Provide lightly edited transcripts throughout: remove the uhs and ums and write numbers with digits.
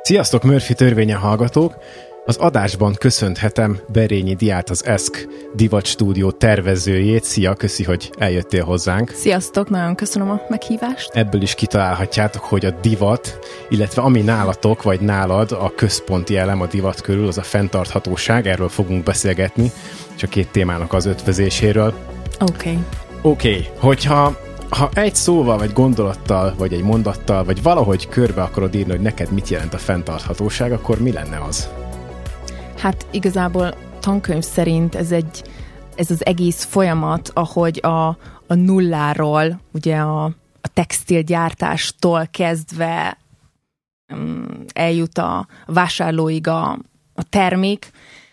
Sziasztok, Murphy törvénye hallgatók! Az adásban köszönhetem Berényi Diát, az ESZK Divat Stúdió tervezőjét. Szia, köszi, hogy eljöttél hozzánk. Sziasztok, nagyon köszönöm a meghívást. Ebből is kitalálhatjátok, hogy a divat, illetve ami nálatok, vagy nálad a központi elem a divat körül, az a fenntarthatóság. Erről fogunk beszélgetni, és a két témának az ötvözéséről. Oké. Hogyha egy szóval, vagy gondolattal, vagy egy mondattal, vagy valahogy körbe akarod írni, hogy neked mit jelent a fenntarthatóság, akkor mi lenne az? Hát igazából tankönyv szerint ez az egész folyamat, ahogy a nulláról, ugye a textilgyártástól kezdve eljut a vásárlóig a termék.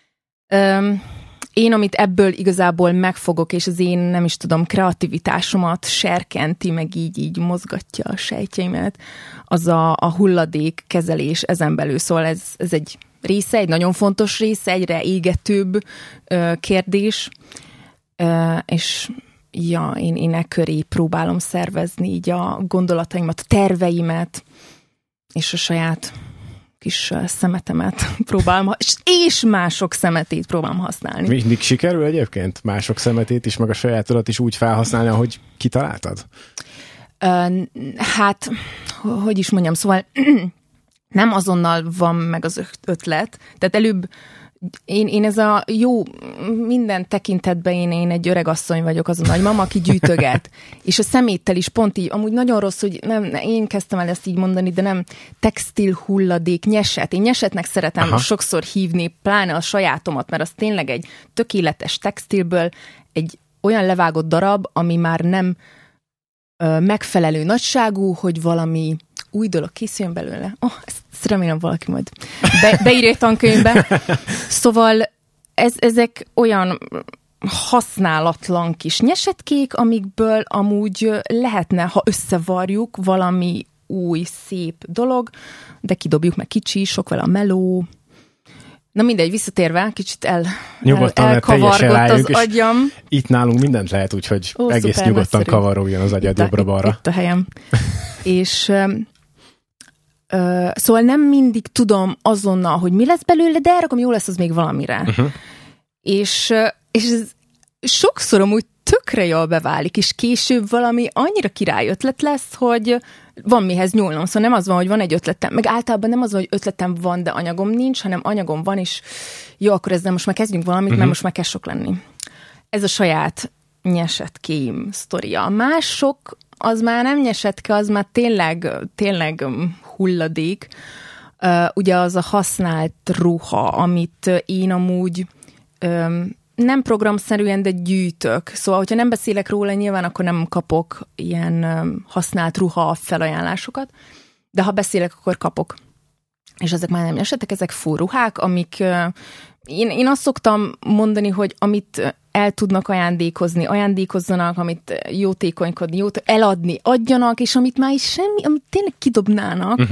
Én, amit ebből igazából megfogok, és az én, nem is tudom, kreativitásomat serkenti, meg így mozgatja a sejtjeimet, az a hulladék kezelés ezen belül. Szóval ez egy része, egy nagyon fontos része, egyre égetőbb kérdés, és ja, én e köré próbálom szervezni így a gondolataimat, a terveimet, és a saját kis szemetemet próbálom, és mások szemetét próbálom használni. Mindig sikerül egyébként mások szemetét is, meg a sajátodat is úgy felhasználni, ahogy kitaláltad? Hát, hogy is mondjam, szóval nem azonnal van meg az ötlet, tehát előbb én ez a jó, minden tekintetben én egy öreg asszony vagyok, az a nagymama, aki gyűjtöget. És a szeméttel is pont így, amúgy nagyon rossz, hogy nem, én kezdtem el ezt így mondani, de nem textil hulladék, nyeset. Én nyesetnek szeretem sokszor hívni, pláne a sajátomat, mert az tényleg egy tökéletes textilből egy olyan levágott darab, ami már nem megfelelő nagyságú, hogy valami új dolog készüljön belőle. Ezt remélem valaki majd beírja egy tankönyvbe. Szóval ezek olyan használatlan kis nyesetkék, amikből amúgy lehetne, ha összevarjuk, valami új, szép dolog, de kidobjuk, meg kicsi, sok vele a meló. Na mindegy, visszatérve, kicsit elkavargott az agyam. Itt nálunk mindent lehet, úgyhogy egész nyugodtan nagyszerű. Kavarogjon az agyad jobbra-balra. Itt a helyem. És szóval nem mindig tudom azonnal, hogy mi lesz belőle, de elrakom, jó lesz az még valamire. És ez sokszor amúgy tökre jól beválik, és később valami annyira király ötlet lesz, hogy van mihez nyúlnom. Szóval nem az van, hogy van egy ötletem, meg általában nem az van, hogy ötletem van, de anyagom nincs, hanem anyagom van, és jó, akkor ezzel most már kezdjünk valamit, mert most már kell sok lenni. Ez a saját nyesetkém sztoria. Mások, az már nem nyesetke, az már tényleg hulladék. Ugye az a használt ruha, amit én amúgy nem programszerűen, de gyűjtök. Szóval, hogyha nem beszélek róla, nyilván akkor nem kapok ilyen használt ruha felajánlásokat, de ha beszélek, akkor kapok. És ezek már nem nyesetek, ezek fúruhák, amik én azt szoktam mondani, hogy amit el tudnak ajándékozni, ajándékozzanak, amit jótékonykodni, eladni, adjanak, és amit már is semmi, amit tényleg kidobnának,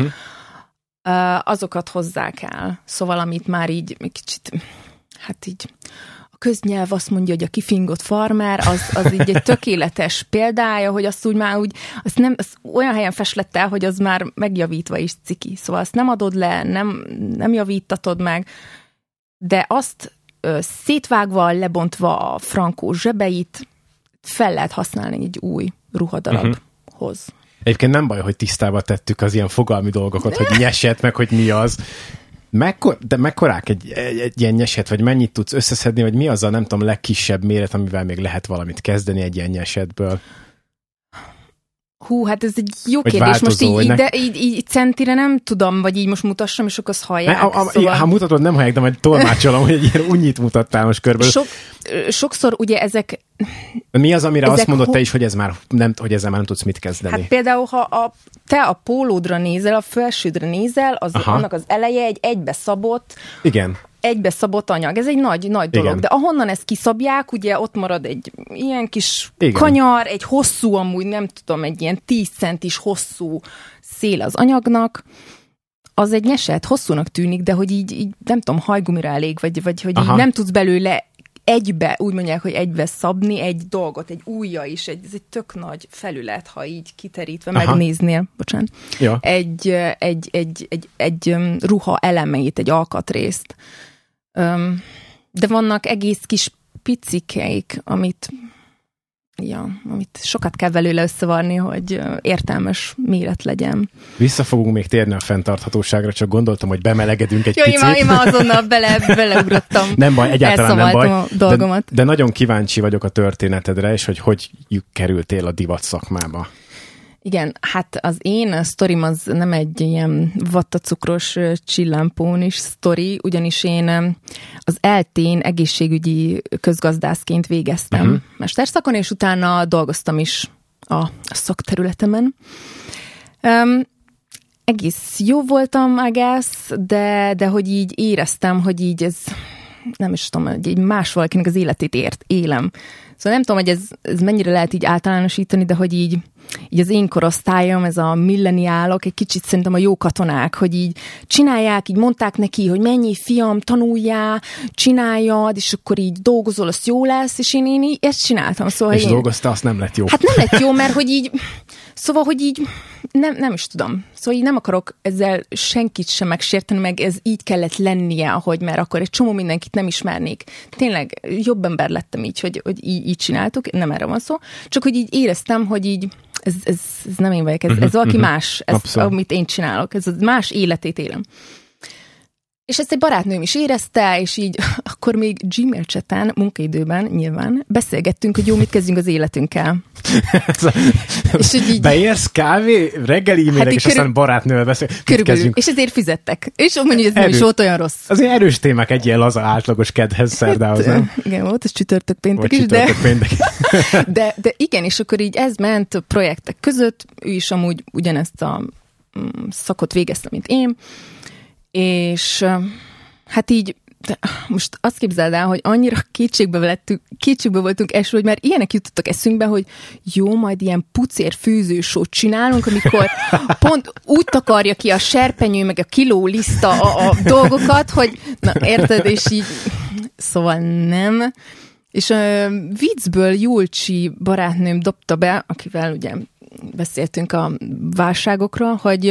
azokat hozzák el. Szóval, amit már így kicsit, hát így a köznyelv azt mondja, hogy a kifingott farmer, az így egy tökéletes példája, hogy azt úgy már úgy, azt olyan helyen feslett el, hogy az már megjavítva is ciki. Szóval azt nem adod le, nem javítatod meg, de azt szétvágva, lebontva a frankó zsebeit fel lehet használni egy új ruhadarabhoz. Egyébként nem baj, hogy tisztába tettük az ilyen fogalmi dolgokat, hogy nyeset, meg hogy mi az. De mekkorák egy ilyen nyeset, vagy mennyit tudsz összeszedni, vagy mi az a, nem tudom, legkisebb méret, amivel még lehet valamit kezdeni egy ilyen nyesetből? Hú, hát ez egy jó vagy kérdés. Most így centire nem tudom, vagy így most mutassam, és akkor azt hallják. Szóval... Ha mutatod, nem hallják, de majd tolmácsolom, hogy egy ilyen unnyit mutattál most körülbelül. Sokszor ugye ezek... Mi az, amire azt mondod te is, hogy ezzel már nem tudsz mit kezdeni? Hát például, ha te a pólódra nézel, a felsődre nézel, annak az eleje egy egybeszabott... Igen. Egybeszabott anyag. Ez egy nagy dolog. Igen. De ahonnan ezt kiszabják, ugye ott marad egy ilyen kis kanyar, egy hosszú, amúgy nem tudom, egy ilyen 10 centis hosszú szél az anyagnak. Az egy nyeset, hosszúnak tűnik, de hogy így nem tudom, hajgumira elég, vagy hogy így nem tudsz belőle egybe, úgy mondják, hogy egybe szabni egy dolgot, egy ujja is, ez egy tök nagy felület, ha így kiterítve megnéznél, bocsánat, ja. egy ruha elemeit, egy alkatrészt. De vannak egész kis picikeik, amit sokat kell belőle összevarni, hogy értelmes méret legyen. Vissza fogunk még térni a fenntarthatóságra, csak gondoltam, hogy bemelegedünk egy picit. Én már azonnal beleugrottam. Nem baj, egyáltalán nem baj. A dolgomat. De nagyon kíváncsi vagyok a történetedre, és hogy kerültél a divat szakmába. Igen, hát az én sztorim az nem egy ilyen vattacukros csillámpónis sztori, ugyanis én az ELTE-n egészségügyi közgazdászként végeztem mesterszakon, és utána dolgoztam is a szakterületemen. Egész jó voltam, I guess, de hogy így éreztem, hogy így ez, nem is tudom, hogy így más valakinek az életét élem. Szóval nem tudom, hogy ez mennyire lehet így általánosítani, de hogy így az én korosztályom, ez a milleniálok, egy kicsit szerintem a jó katonák, hogy így csinálják, így mondták neki, hogy menjél fiam, tanuljál, csináljad, és akkor így dolgozol, az jó lesz, és én ezt csináltam. Szóval és dolgoztál, azt nem lett jó. Hát nem lett jó, mert hogy így, szóval, hogy így nem is tudom. Szóval így nem akarok ezzel senkit sem megsérteni, meg ez így kellett lennie, ahogy, mert akkor egy csomó mindenkit nem ismernék. Tényleg jobb ember lettem így, hogy így csináltuk, nem erre van szó. Csak hogy így éreztem, hogy így ez nem én vagyok, ez valaki más, ez, amit én csinálok, ez más életét élem. És ezt egy barátnőm is érezte, és így akkor még Gmail chaten, munkaidőben nyilván beszélgettünk, hogy jó, mit kezdjünk az életünkkel. És így beérsz kávé, reggeli e-mailek, és aztán barátnővel beszél. Körülbelül, és ezért fizettek. És mondjuk, ez nem is volt olyan rossz. Azért erős témák egy ilyen laza átlagos kedhez, szerdához, nem? Igen, volt, ez csütörtök péntek is, de igen, és akkor így ez ment a projektek között, ő is amúgy ugyanezt a szakot végezte, mint én, és hát így, most azt képzeld el, hogy annyira kétségbe voltunk esve, hogy már ilyenek jutottak eszünkbe, hogy jó, majd ilyen pucér főzősót csinálunk, amikor pont úgy takarja ki a serpenyő, meg a kiló liszta a dolgokat, hogy na érted, és így, szóval nem. És viccből Julcsi barátnőm dobta be, akivel ugye beszéltünk a válságokra, hogy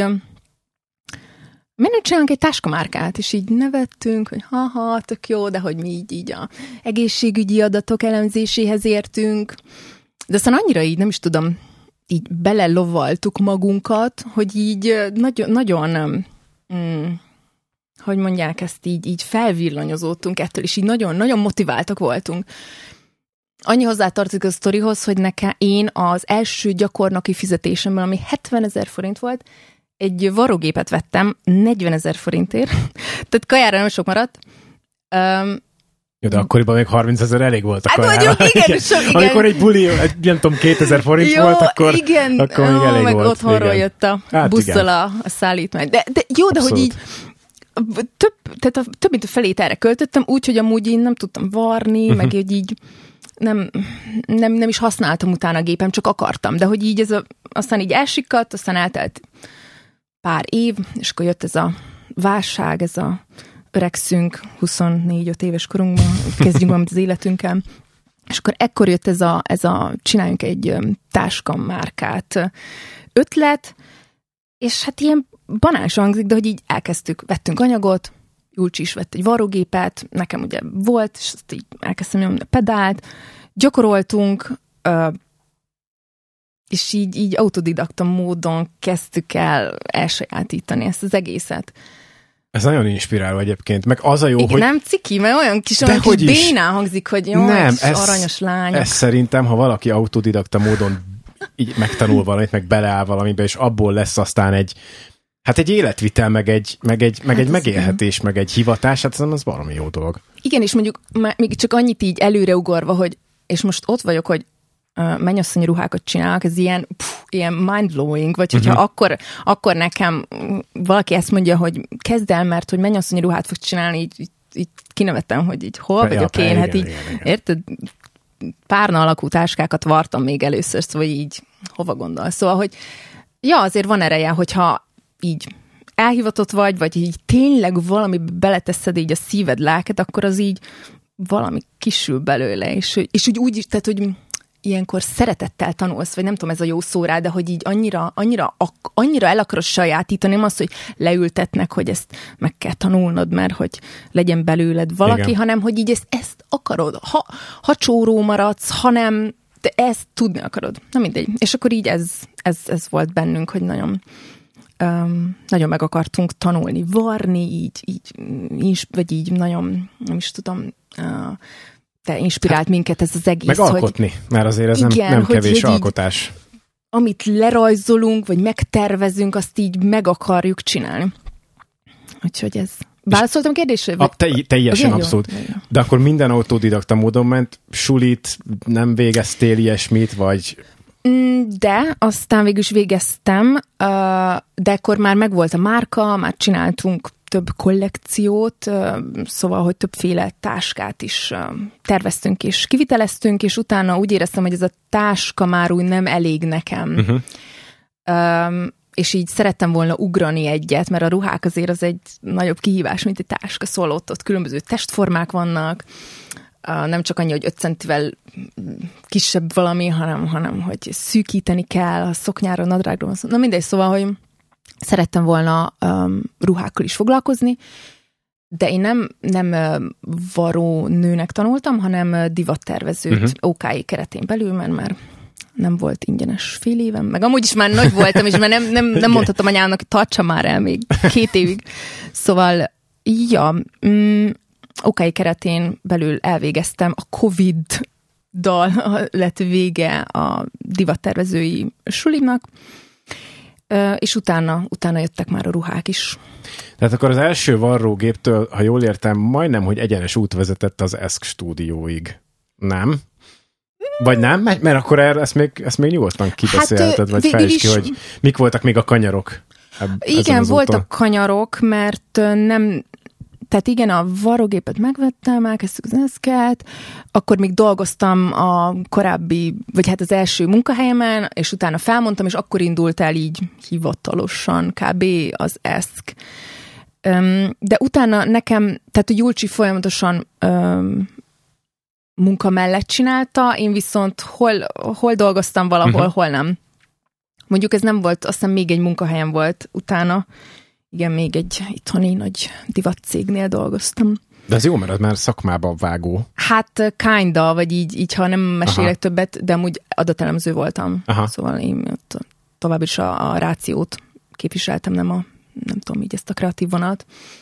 miért csinálunk egy táskamárkát, és így nevettünk, hogy ha, tök jó, de hogy mi így a egészségügyi adatok elemzéséhez értünk. De aztán annyira így, nem is tudom, így belelovaltuk magunkat, hogy így nagyon hogy mondják ezt, így felvillanyozódtunk ettől, és így nagyon motiváltak voltunk. Annyi hozzátartozik a sztorihoz, hogy én az első gyakornoki fizetésemből, ami 70 000 forint volt, egy varrógépet vettem 40 000 forintért, tehát kajára nem sok maradt. Jó, de akkoriban még 30 000 elég volt a kajára. Hát mondjuk, igen. Amikor egy buli, nem tudom, 2000 forint jó, volt, akkor még elég meg volt. Otthonról jött a busszal a szállítmány. De jó, de abszolút. hogy így több mint a felét erre költöttem, úgyhogy amúgy én nem tudtam varni, meg hogy így nem is használtam utána a gépem, csak akartam. De hogy így aztán így elsikadt, aztán eltelt pár év, és akkor jött ez a válság, ez a öregszünk 24-5 éves korunkban, kezdjünk valamit az életünkkel. És akkor ekkor jött ez a csináljunk egy táskamárkát ötlet, és hát ilyen banális hangzik, de hogy így elkezdtük, vettünk anyagot, Julcsi is vett egy varrógépet, nekem ugye volt, és azt így elkezdtem nyomni a pedált, gyakoroltunk, és így autodidakta módon kezdtük el elsajátítani ezt az egészet. Ez nagyon inspiráló egyébként, meg az a jó, igen, hogy... nem ciki, mert olyan kis bénán hangzik, hogy jó, nem, aranyos lányok. Ez szerintem, ha valaki autodidakta módon így megtanul valamit, meg beleáll valamibe, és abból lesz aztán egy életvitel, meg egy megélhetés, meg egy hivatás, hát ez valami jó dolog. Igen, és mondjuk még csak annyit így előreugorva, hogy és most ott vagyok, hogy mennyasszonyi ruhákat csinálnak, ez ilyen mind-blowing, vagy hogyha akkor nekem valaki ezt mondja, hogy kezd el, mert hogy mennyasszonyi ruhát fog csinálni, így kinevettem, hogy így hol vagyok én, igen, hát így, igen. Érted? Párna alakú táskákat vartam még először, szóval így hova gondolsz? Szóval, hogy azért van ereje, hogyha így elhivatott vagy így tényleg valami beleteszed így a szíved, lelked, akkor az így valami kisül belőle, és úgy, tehát, hogy ilyenkor szeretettel tanulsz, vagy nem tudom, ez a jó szó rá, de hogy így annyira el akarod sajátítani, nem az, hogy leültetnek, hogy ezt meg kell tanulnod, mert hogy legyen belőled valaki, igen, hanem hogy így ezt akarod. Ha csóró maradsz, hanem de ezt tudni akarod. Na mindegy. És akkor így ez volt bennünk, hogy nagyon meg akartunk tanulni, varni, vagy így nagyon, nem is tudom, de inspirált minket ez az egész. Meg alkotni, mert azért ez igen, nem kevés alkotás. Így, amit lerajzolunk, vagy megtervezünk, azt így meg akarjuk csinálni. Úgyhogy ez... Válaszoltam a kérdésre? Teljesen abszolút. De akkor minden autodidakta módon ment, sulit, nem végeztél ilyesmit, vagy... De aztán végül is végeztem, de akkor már megvolt a márka, már csináltunk több kollekciót, szóval, hogy többféle táskát is terveztünk és kiviteleztünk, és utána úgy éreztem, hogy ez a táska már úgy nem elég nekem. És így szerettem volna ugrani egyet, mert a ruhák azért az egy nagyobb kihívás, mint egy táska, szóval ott különböző testformák vannak, nem csak annyi, hogy 5 centivel kisebb valami, hanem hogy szűkíteni kell a szoknyára, a nadrágra. Na mindegy, szóval, hogy szerettem volna ruhákkal is foglalkozni, de én nem varó nőnek tanultam, hanem divattervezőt OKI keretén belül, mert már nem volt ingyenes fél évem, meg amúgy is már nagy voltam, és már nem mondhatom anyámnak, hogy tartsa már el még 2 évig. Szóval, ja, OKI keretén belül elvégeztem, a Covid-dal lett vége a divattervezői sulimnak, és utána jöttek már a ruhák is. Tehát akkor az első varrógéptől, ha jól értem, majdnem, hogy egyenes út vezetett az ESK stúdióig. Nem? Vagy nem? Mert akkor ezt még nyugodtan kibeszélted, vagy fejtsd ki, hogy mik voltak még a kanyarok. Igen, voltak kanyarok, mert nem... Tehát igen, a varrógépet megvettem, elkezdtük az ESK-et, akkor még dolgoztam a korábbi, vagy hát az első munkahelyemen, és utána felmondtam, és akkor indult el így hivatalosan kb. Az ESK. De utána nekem, tehát a Julcsi folyamatosan munka mellett csinálta, én viszont hol dolgoztam valahol, hol nem. Mondjuk ez nem volt, azt hiszem még egy munkahelyem volt utána. Igen, még egy itthoni nagy divatcégnél dolgoztam. De ez jó, mert az már szakmában vágó. Hát kinda, vagy így ha nem mesélek többet, de amúgy adatelemző voltam. Aha. Szóval én tovább is a rációt képviseltem, nem tudom, így ezt a kreatív vonalat.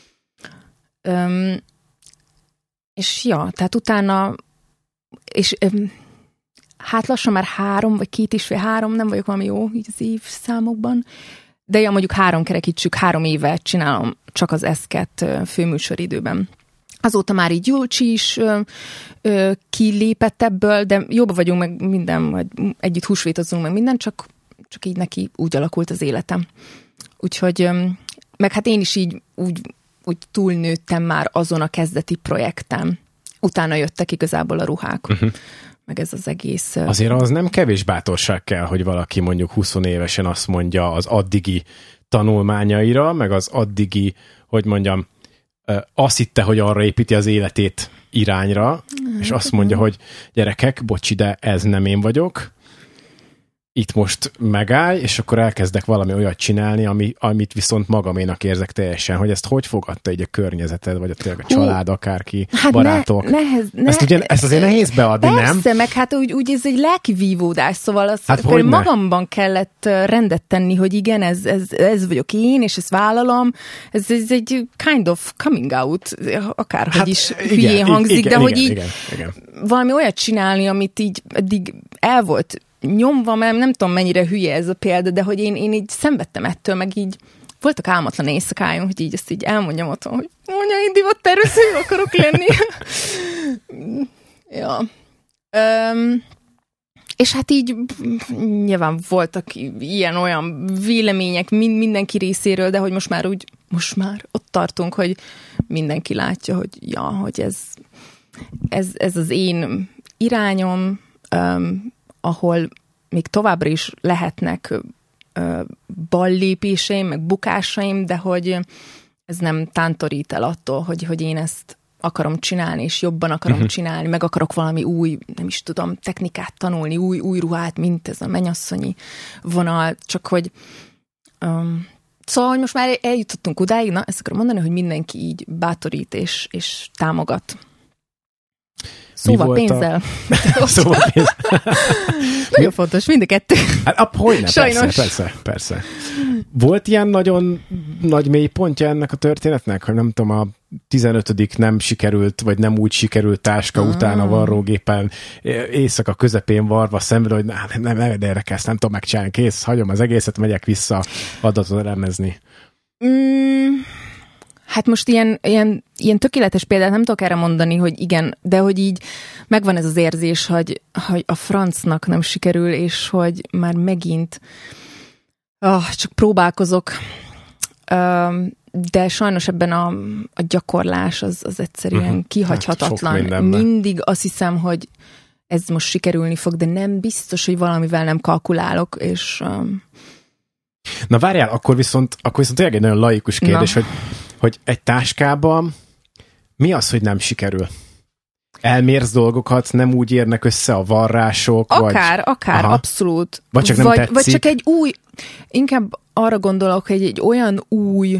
És ja, tehát utána és hát lassan már 3, vagy 2,5-3, nem vagyok valami jó így az évszámokban, de ja, mondjuk 3 kerekítsük, 3 éve csinálom csak az ESK-et főműsoridőben. Azóta már így Julcsi is kilépett ebből, de jobban vagyunk meg minden, vagy együtt húsvétozunk meg minden, csak így neki úgy alakult az életem. Úgyhogy, meg hát én is így úgy túlnőttem már azon a kezdeti projektem. Utána jöttek igazából a ruhák. Meg ez az egész... Azért az nem kevés bátorság kell, hogy valaki mondjuk 20 évesen azt mondja az addigi tanulmányaira, meg az addigi, hogy mondjam, azt hitte, hogy arra építi az életét irányra, és azt mondja, hogy gyerekek, bocsi, de ez nem én vagyok, itt most megállj, és akkor elkezdek valami olyat csinálni, amit viszont magaménak érzek teljesen, hogy ezt hogy fogadta így a környezeted, vagy a család, akárki, hát barátok. Ezt azért nehéz beadni, persze, nem? Persze, meg hát úgy ez egy lelki vívódás, szóval azt hát magamban kellett rendet tenni, hogy igen, ez vagyok én, és ezt vállalom. Ez egy kind of coming out, akárhogy hát, is hülyén hangzik, de hogy így valami olyat csinálni, amit így eddig el volt nyomva, mert nem tudom, mennyire hülye ez a példa, de hogy én így szenvedtem ettől, meg így voltak álmatlan éjszakáim, hogy így ezt így elmondjam otthon, hogy mondja, én divattervező akarok lenni. Ja. És hát így nyilván voltak ilyen-olyan vélemények mindenki részéről, de hogy most már ott tartunk, hogy mindenki látja, hogy ja, hogy ez az én irányom, ahol még továbbra is lehetnek ballépéseim, meg bukásaim, de hogy ez nem tántorít el attól, hogy én ezt akarom csinálni, és jobban akarom csinálni, meg akarok valami új, nem is tudom, technikát tanulni, új ruhát, mint ez a mennyasszonyi vonal, csak hogy szóval, hogy most már eljutottunk odáig, na, ezt akarom mondani, hogy mindenki így bátorít és támogat. Szóval pénzzel. Szóval pénzzel. Nagyon fontos, mind a kettő. Hát, hogyne, persze. Volt ilyen nagyon nagy mély pontja ennek a történetnek, hogy nem tudom, a 15. nem sikerült, vagy nem úgy sikerült táska után a varrógépen éjszaka közepén varva szemre, hogy nem érdekel, ezt nem tudom megcsinálni, kész, hagyom az egészet, megyek vissza adatot elemezni. Hát most ilyen tökéletes példát nem tudok erre mondani, hogy igen, de hogy így megvan ez az érzés, hogy a francnak nem sikerül, és hogy már megint csak próbálkozok, de sajnos ebben a gyakorlás az egyszerűen kihagyhatatlan. Hát mindig azt hiszem, hogy ez most sikerülni fog, de nem biztos, hogy valamivel nem kalkulálok, és... Na várjál, akkor viszont tényleg egy nagyon laikus kérdés, hogy egy táskában mi az, hogy nem sikerül? Elmérsz dolgokat, nem úgy érnek össze a varrások? Akár, abszolút. Vagy csak nem tetszik? Vagy csak egy új, inkább arra gondolok, hogy egy olyan új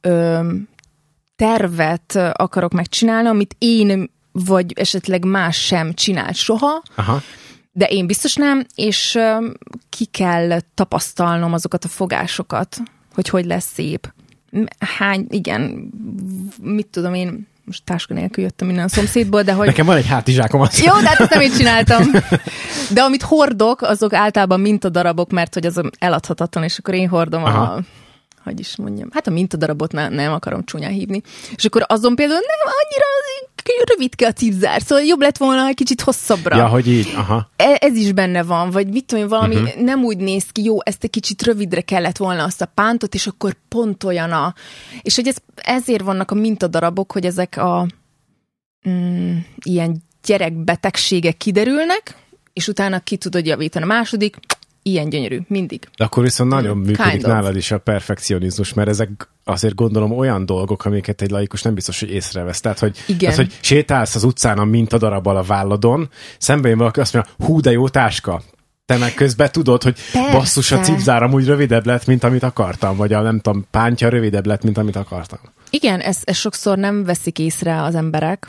tervet akarok megcsinálni, amit én vagy esetleg más sem csinált soha, de én biztos nem, és ki kell tapasztalnom azokat a fogásokat, hogy lesz szép. Igen, mit tudom én, most táska nélkül jöttem innen a szomszédból, de hogy... Nekem van egy hátizsákom. Jó, de hát ezt nem én csináltam. De amit hordok, azok általában mintadarabok, mert hogy az eladhatatlan, és akkor én hordom hogy is mondjam, hát a mintadarabot nem akarom csúnyán hívni. És akkor azon például nem annyira rövidke a cipzár, szóval jobb lett volna egy kicsit hosszabbra. Ja, hogy így, Ez is benne van, vagy mit tudom, valami nem úgy néz ki, jó, ezt egy kicsit rövidre kellett volna azt a pántot, és akkor pont olyan és hogy ezért vannak a mintadarabok, hogy ezek a ilyen gyerekbetegségek kiderülnek, és utána ki tudod javítani. A második, ilyen gyönyörű, mindig. De akkor viszont nagyon működik nálad is a perfekcionizmus, mert ezek azért gondolom olyan dolgok, amiket egy laikus nem biztos, hogy észrevesz. Tehát, hogy sétálsz az utcán a mintadarabbal a válladon, szemben jön valaki, azt mondja, hú, de jó táska. Te meg közben tudod, hogy basszus, a cipzár amúgy rövidebb lett, mint amit akartam, vagy a nem tudom, pántja rövidebb lett, mint amit akartam. Igen, ezt sokszor nem veszik észre az emberek,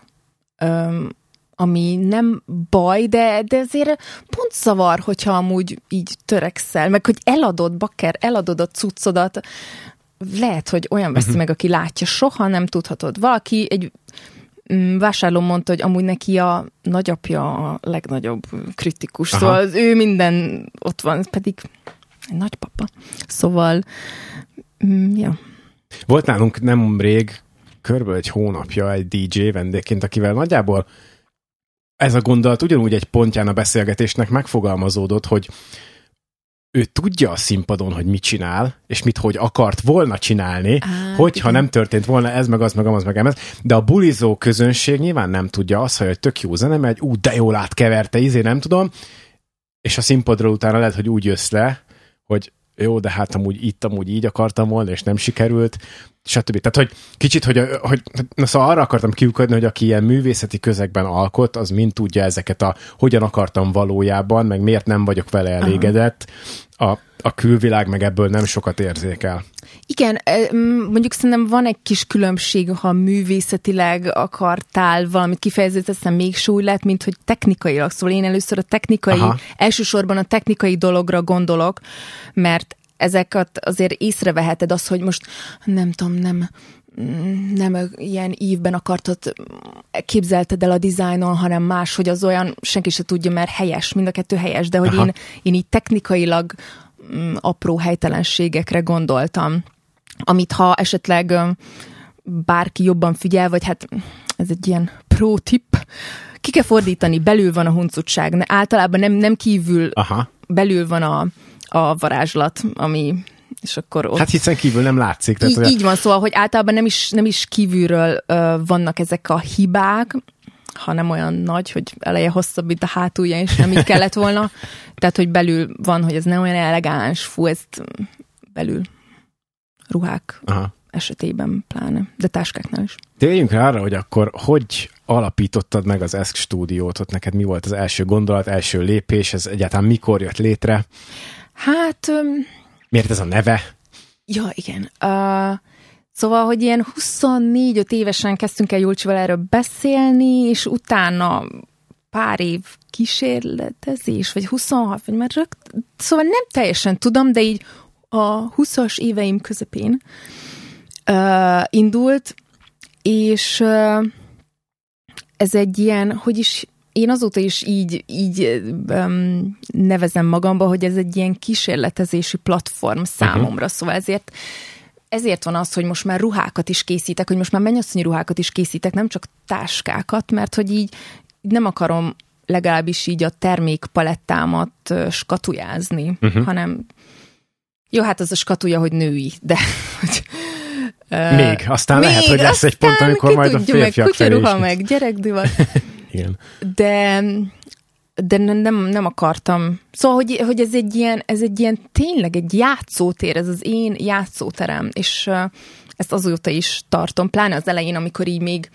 ami nem baj, de azért pont zavar, hogyha amúgy így törekszel, meg hogy eladod a cuccodat, lehet, hogy olyan veszi meg, aki látja, soha nem tudhatod. Valaki, egy vásárló mondta, hogy amúgy neki a nagyapja a legnagyobb kritikus, szóval az ő minden ott van, pedig egy nagypapa. Szóval, ja. Volt nálunk nemrég, körülbelül egy hónapja egy DJ vendégként, akivel nagyjából ez a gondolat ugyanúgy egy pontján a beszélgetésnek megfogalmazódott, hogy ő tudja a színpadon, hogy mit csinál, és hogy akart volna csinálni, hogyha nem történt volna ez, meg az, meg amaz, meg ez. De a bulizó közönség nyilván nem tudja azt, hogy tök jó zene megy, de jól átkeverte, nem tudom, és a színpadról utána lehet, hogy úgy jössz le, hogy jó, de hát amúgy így akartam volna, és nem sikerült, stb. Tehát, hogy kicsit, szóval arra akartam kiukadni, hogy aki ilyen művészeti közegben alkot, az mind tudja ezeket hogyan akartam valójában, meg miért nem vagyok vele elégedett. A külvilág meg ebből nem sokat érzékel. Igen, mondjuk szerintem van egy kis különbség, ha művészetileg akartál valamit kifejezni, aztán még súly lett, mint hogy technikailag. Szóval én először elsősorban a technikai dologra gondolok, mert ezeket azért észreveheted azt, hogy most nem tudom, nem ilyen ívben akartad, képzelted el a dizájnon, hanem más, hogy az olyan, senki se tudja, mert helyes, mind a kettő helyes, de hogy én így technikailag apró helytelenségekre gondoltam, amit ha esetleg bárki jobban figyel, vagy hát ez egy ilyen pro tip, ki kell fordítani, belül van a huncutság, általában nem kívül, belül van a varázslat, ami és akkor ott... Hát hiszen kívül nem látszik. Tehát így van, szóval, hogy általában nem is kívülről vannak ezek a hibák, hanem olyan nagy, hogy eleje hosszabb, mint a hátulja, és nem így kellett volna. Tehát, hogy belül van, hogy ez nem olyan elegáns, ezt belül ruhák esetében pláne, de táskáknál is. Térjünk rá arra, hogy akkor hogy alapítottad meg az ESC stúdiót, ott neked mi volt az első gondolat, első lépés, ez egyáltalán mikor jött létre? Hát... Miért ez a neve? Ja, igen. Szóval, hogy ilyen 24-5 évesen kezdtünk el Julcsival erről beszélni, és utána pár év kísérletezés, vagy 26, vagy már szóval nem teljesen tudom, de így a 20-as éveim közepén indult, és ez egy ilyen, hogy is én azóta is így nevezem magamba, hogy ez egy ilyen kísérletezési platform számomra, szóval ezért van az, hogy most már ruhákat is készítek, hogy most már mennyasszonyi ruhákat is készítek, nem csak táskákat, mert hogy így nem akarom legalábbis így a termékpalettámat skatujázni, hanem jó, hát az a skatuja, hogy női, de... Még, aztán lehet, hogy lesz egy pont, amikor majd a férfiak felé is. Kutyaruha meg, gyerekdivat. Igen. De nem akartam. Szóval, hogy ez egy ilyen tényleg egy játszótér, ez az én játszóterem, és ezt azóta is tartom, pláne az elején, amikor így még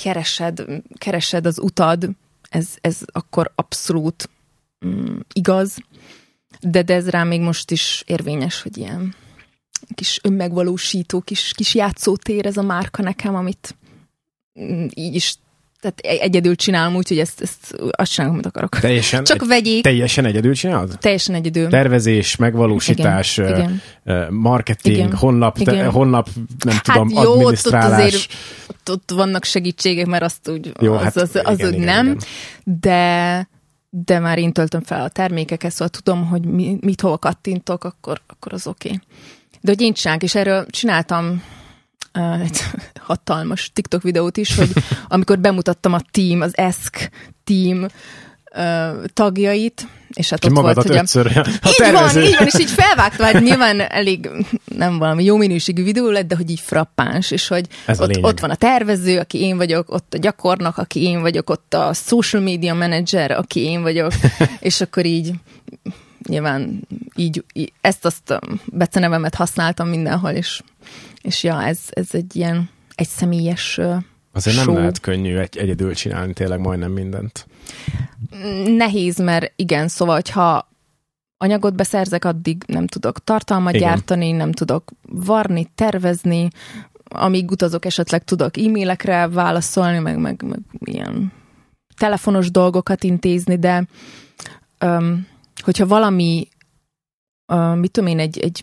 keresed az utad, ez akkor abszolút igaz, de ez rá még most is érvényes, hogy ilyen kis önmegvalósító, kis játszótér ez a márka nekem, amit így is tehát egyedül csinálom, úgyhogy ezt azt csinálom, amit akarok. Csak vegyék. Teljesen egyedül csinálod? Teljesen egyedül. Tervezés, megvalósítás, igen. Marketing, igen. honlap, nem tudom, jó, adminisztrálás. Ott vannak segítségek, mert azt úgy, jó, az úgy nem. Igen. De már én töltöm fel a termékeket, szóval tudom, hogy mit hova kattintok, akkor az oké. De hogy én csinálok, és erről csináltam egy hatalmas TikTok videót is, hogy amikor bemutattam az ESC team tagjait, és hát ott volt, hogy így van, és így felvágtam, hát nyilván elég nem valami jó minőségű videó lett, de hogy így frappáns, és hogy ott van a tervező, aki én vagyok, ott a gyakornok, aki én vagyok, ott a social media manager, aki én vagyok, és akkor így nyilván így ezt-azt becenevemet használtam mindenhol, és ja, ez egy ilyen egyszemélyes azért show. Nem lehet könnyű egyedül csinálni tényleg majdnem mindent. Nehéz, mert igen, szóval, hogyha anyagot beszerzek, addig nem tudok tartalmat gyártani, nem tudok varni, tervezni, amíg utazok, esetleg tudok e-mailekre válaszolni, meg ilyen telefonos dolgokat intézni, de hogyha valami, mit tudom én, egy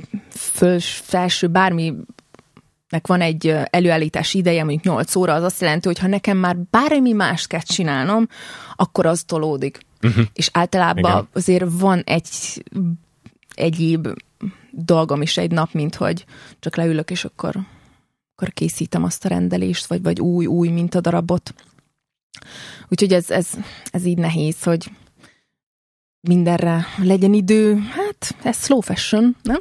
felső bárminek van egy előállítási ideje, mondjuk 8 óra, az azt jelenti, hogy ha nekem már bármi mást kell csinálnom, akkor az tolódik. És általában azért van egy egyéb dolgom is egy nap, mint hogy csak leülök, és akkor készítem azt a rendelést, vagy új mintadarabot. Úgyhogy ez így nehéz, hogy mindenre legyen idő. Hát, ez slow fashion, nem?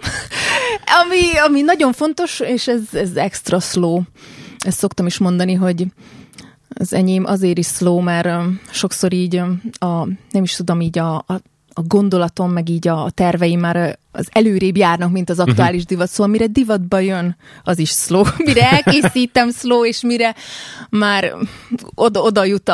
Ami nagyon fontos, és ez extra slow. Ezt szoktam is mondani, hogy az enyém azért is slow, mert sokszor így nem is tudom, így a gondolatom, meg így a terveim már az előrébb járnak, mint az aktuális divat. Szóval mire divatba jön, az is slow. Mire elkészítem slow, és mire már oda jut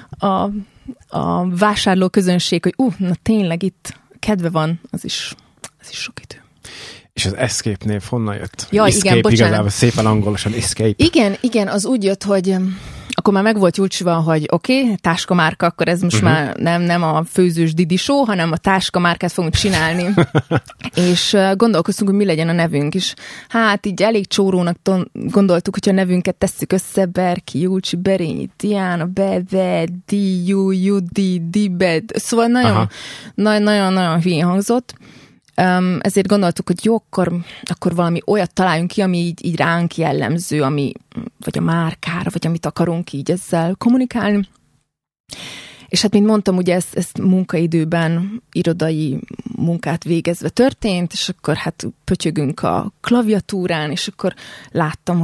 a vásárló közönség, hogy na tényleg itt kedve van, az is sok idő. És az Escape név honnan jött? Ja, escape, igen, bocsánat. Igazából szépen angolosan Escape. Igen, az úgy jött, hogy akkor már megvolt Julcsival, hogy oké, táskamárka, akkor ez most már nem a főzős Didi show, hanem a táskamárkát fogunk csinálni. És gondolkoztunk, hogy mi legyen a nevünk is. Hát így elég csórónak gondoltuk, hogyha a nevünket tesszük össze, Berki, Julcsi, Berényi, Diana, Bebe, Diu, Judi, Dibed. Szóval nagyon hülyén hangzott. Ezért gondoltuk, hogy jó, akkor valami olyat találjunk ki, ami így ránk jellemző, vagy a márkára, vagy amit akarunk így ezzel kommunikálni. És hát, mint mondtam, ugye ezt munkaidőben, irodai munkát végezve történt, és akkor hát pötyögünk a klaviatúrán, és akkor láttam, hogy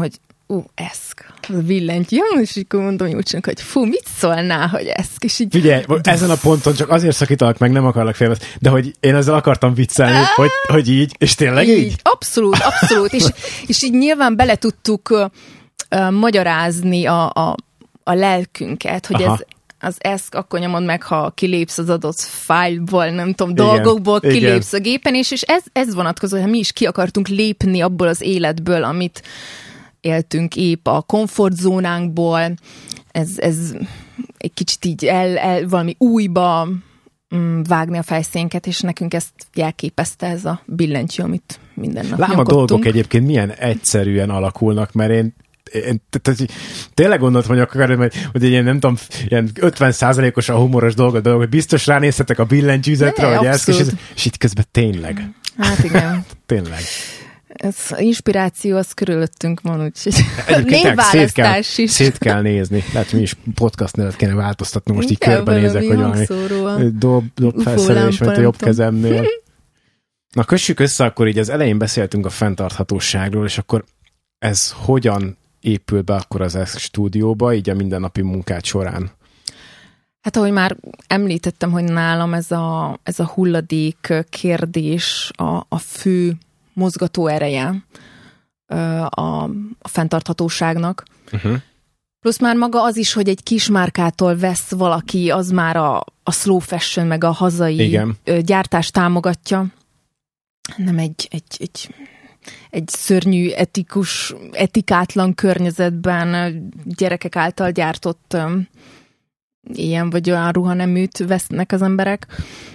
eszk, billentyű, és így mondom Júlcsának, hogy fú, mit szólnál, hogy eszk, és így... Figyelj, ezen a ponton csak azért szakítalak meg, nem akarlak félvezni, de hogy én ezzel akartam viccelni, hogy így, és tényleg így? Abszolút, és így nyilván bele tudtuk magyarázni a lelkünket, hogy ez az eszk akkor nyomod meg, ha kilépsz az adott fájlból, nem tudom, dolgokból kilépsz a gépen, és ez vonatkozó, hogy mi is ki akartunk lépni abból az életből, amit éltünk épp a komfortzónánkból, ez egy kicsit így valami újba vágni a fejszénket, és nekünk ezt jelképezte ez a billentyű, amit minden nap nyomkodtunk. A dolgok egyébként milyen egyszerűen alakulnak, mert én tényleg gondoltam, hogy egy ilyen, nem tudom, ilyen 50%-os a humoros dolog, hogy biztos ránézhetek a billentyűzetre, vagy ezt, és itt közben tényleg. Hát igen. Tényleg. Ez inspiráció, az körülöttünk van, úgyhogy névválasztás is. Szét kell nézni. Lehet, hogy mi is podcast nevet kéne változtatni, most így körbenézek, hogy valami dob felszerelés, mint a jobb kezemnél. Na, kössük össze, akkor így az elején beszéltünk a fenntarthatóságról, és akkor ez hogyan épül be akkor az ESC stúdióba, így a mindennapi munkát során? Hát ahogy már említettem, hogy nálam ez a hulladék kérdés a fő mozgató ereje a fenntarthatóságnak. Plusz már maga az is, hogy egy kismárkától vesz valaki, az már a slow fashion, meg a hazai gyártást támogatja. Nem egy szörnyű, etikátlan környezetben gyerekek által gyártott ilyen vagy olyan ruhaneműt vesznek az emberek.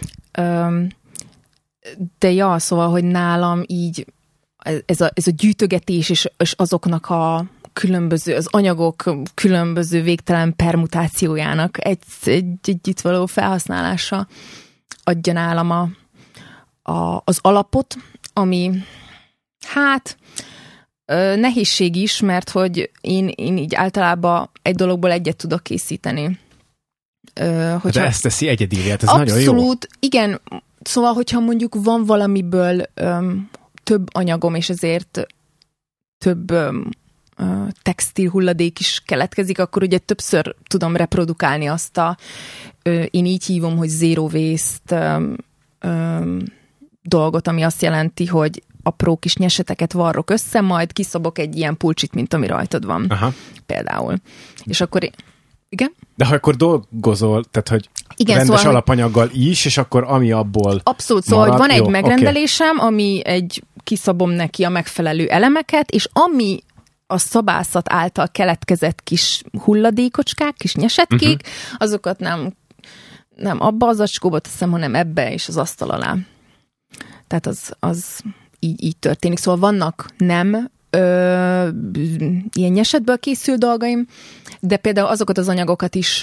De ja, szóval, hogy nálam így ez a gyűjtögetés és azoknak a különböző, az anyagok különböző végtelen permutációjának egy itt való felhasználása adja nálam az alapot, ami hát nehézség is, mert hogy én így általában egy dologból egyet tudok készíteni. De ezt teszi egyedivé, hát ez nagyon jó. Abszolút, igen. Szóval, hogyha mondjuk van valamiből több anyagom, és ezért több textil hulladék is keletkezik, akkor ugye többször tudom reprodukálni azt én így hívom, hogy zero waste dolgot, ami azt jelenti, hogy apró kis nyeseteket varrok össze, majd kiszabok egy ilyen pulcsit, mint ami rajtad van. Aha. Például. És akkor... Igen? De ha akkor dolgozol, tehát hogy igen, rendes szóval, alapanyaggal is, és akkor ami abból abszolút, szóval marad, van egy megrendelésem, ami kiszabom neki a megfelelő elemeket, és ami a szabászat által keletkezett kis hulladékocskák, kis nyesetkék, azokat nem abba az acskóba teszem, hanem ebbe és az asztal alá. Tehát az így történik. Szóval vannak nem ilyen nyesetből készül dolgaim, de például azokat az anyagokat is